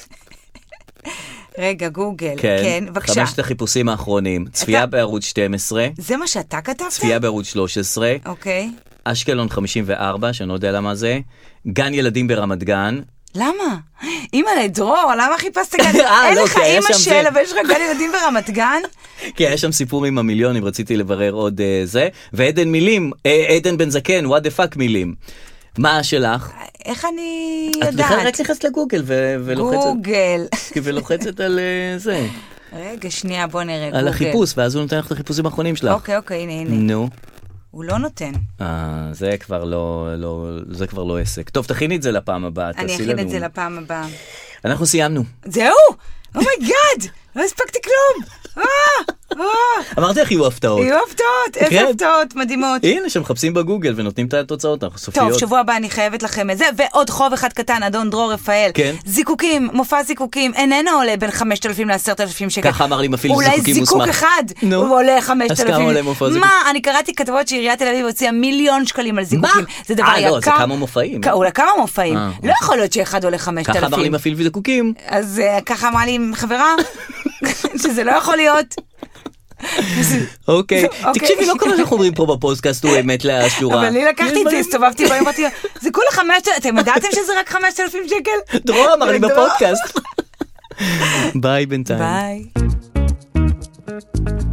רגע, גוגל, כן, בבקשה. 5 החיפושים האחרונים, צפייה בערוץ 12. זה מה שאתה כתבת? צפייה בערוץ 13. אוקיי. אשקלון 54, שאני לא יודע למה זה. גן ילדים ברמת גן. למה? אמא לדרור, למה חיפשת גן? אין לך אמא של, אבל יש לך גן ילדים ברמת גן? כי היה שם סיפור עם המיליונים, רציתי לברר עוד זה. ועדן מילים, עדן בן זקן, what the fuck מילים. מה שלך? איך אני יודעת? את בכלל רק נכנסת לגוגל ולוחצת... גוגל. ולוחצת על זה. רגע, שנייה, בוא נראה. על החיפוש, ואז הוא נותן לך את החיפושים האחרונים שלך. אוקיי, הנה. נו. הוא לא נותן. זה כבר לא עסק. טוב, תכיני את זה לפעם הבאה. אני אכין את זה לפעם הבאה. אנחנו סיימנו. זהו! אומייגאד! לא הספקתי כלום! אמרתי לך, יהיו הפתעות. יהיו הפתעות, איזה הפתעות מדהימות. הנה, שמחפשים בגוגל ונותנים את התוצאות הסופיות. טוב, שבוע הבא אני חייבת לכם את זה, ועוד חוב אחד קטן, אדון דרור רפאל. כן. זיקוקים, מופע זיקוקים, איננו עולה בין 5,000 ל10,000 שקל. ככה אמר לי מפעיל זיקוקים מוסמך. אולי זיקוק אחד, הוא עולה 5,000. אז כמה עולה מופע זיקוקים? מה? אני קראתי כתבות שעיריית תל אביב הוציאה 1,000,000 שקלים על זיקוקים. זה דבר יקר. לא, זה כמה מופעים. אולי כמה מופעים. לא יכול להיות שאחד עולה 5,000. ככה אמר לי מפעיל זיקוקים. אז ככה אמר לי חברה, שזה לא יכול להיות. אוקיי, תקשיבי, לא כמה שאנחנו אומרים פה בפודקאסט הוא אמת לשורה. אבל אני לקחתי את זה, הסתובבתי בו, אמרתי, זה כולה 5,000, אתם ידעתם שזה רק 5,000 שקל? דרור אמר לי בפודקאסט. ביי בינתיים. ביי.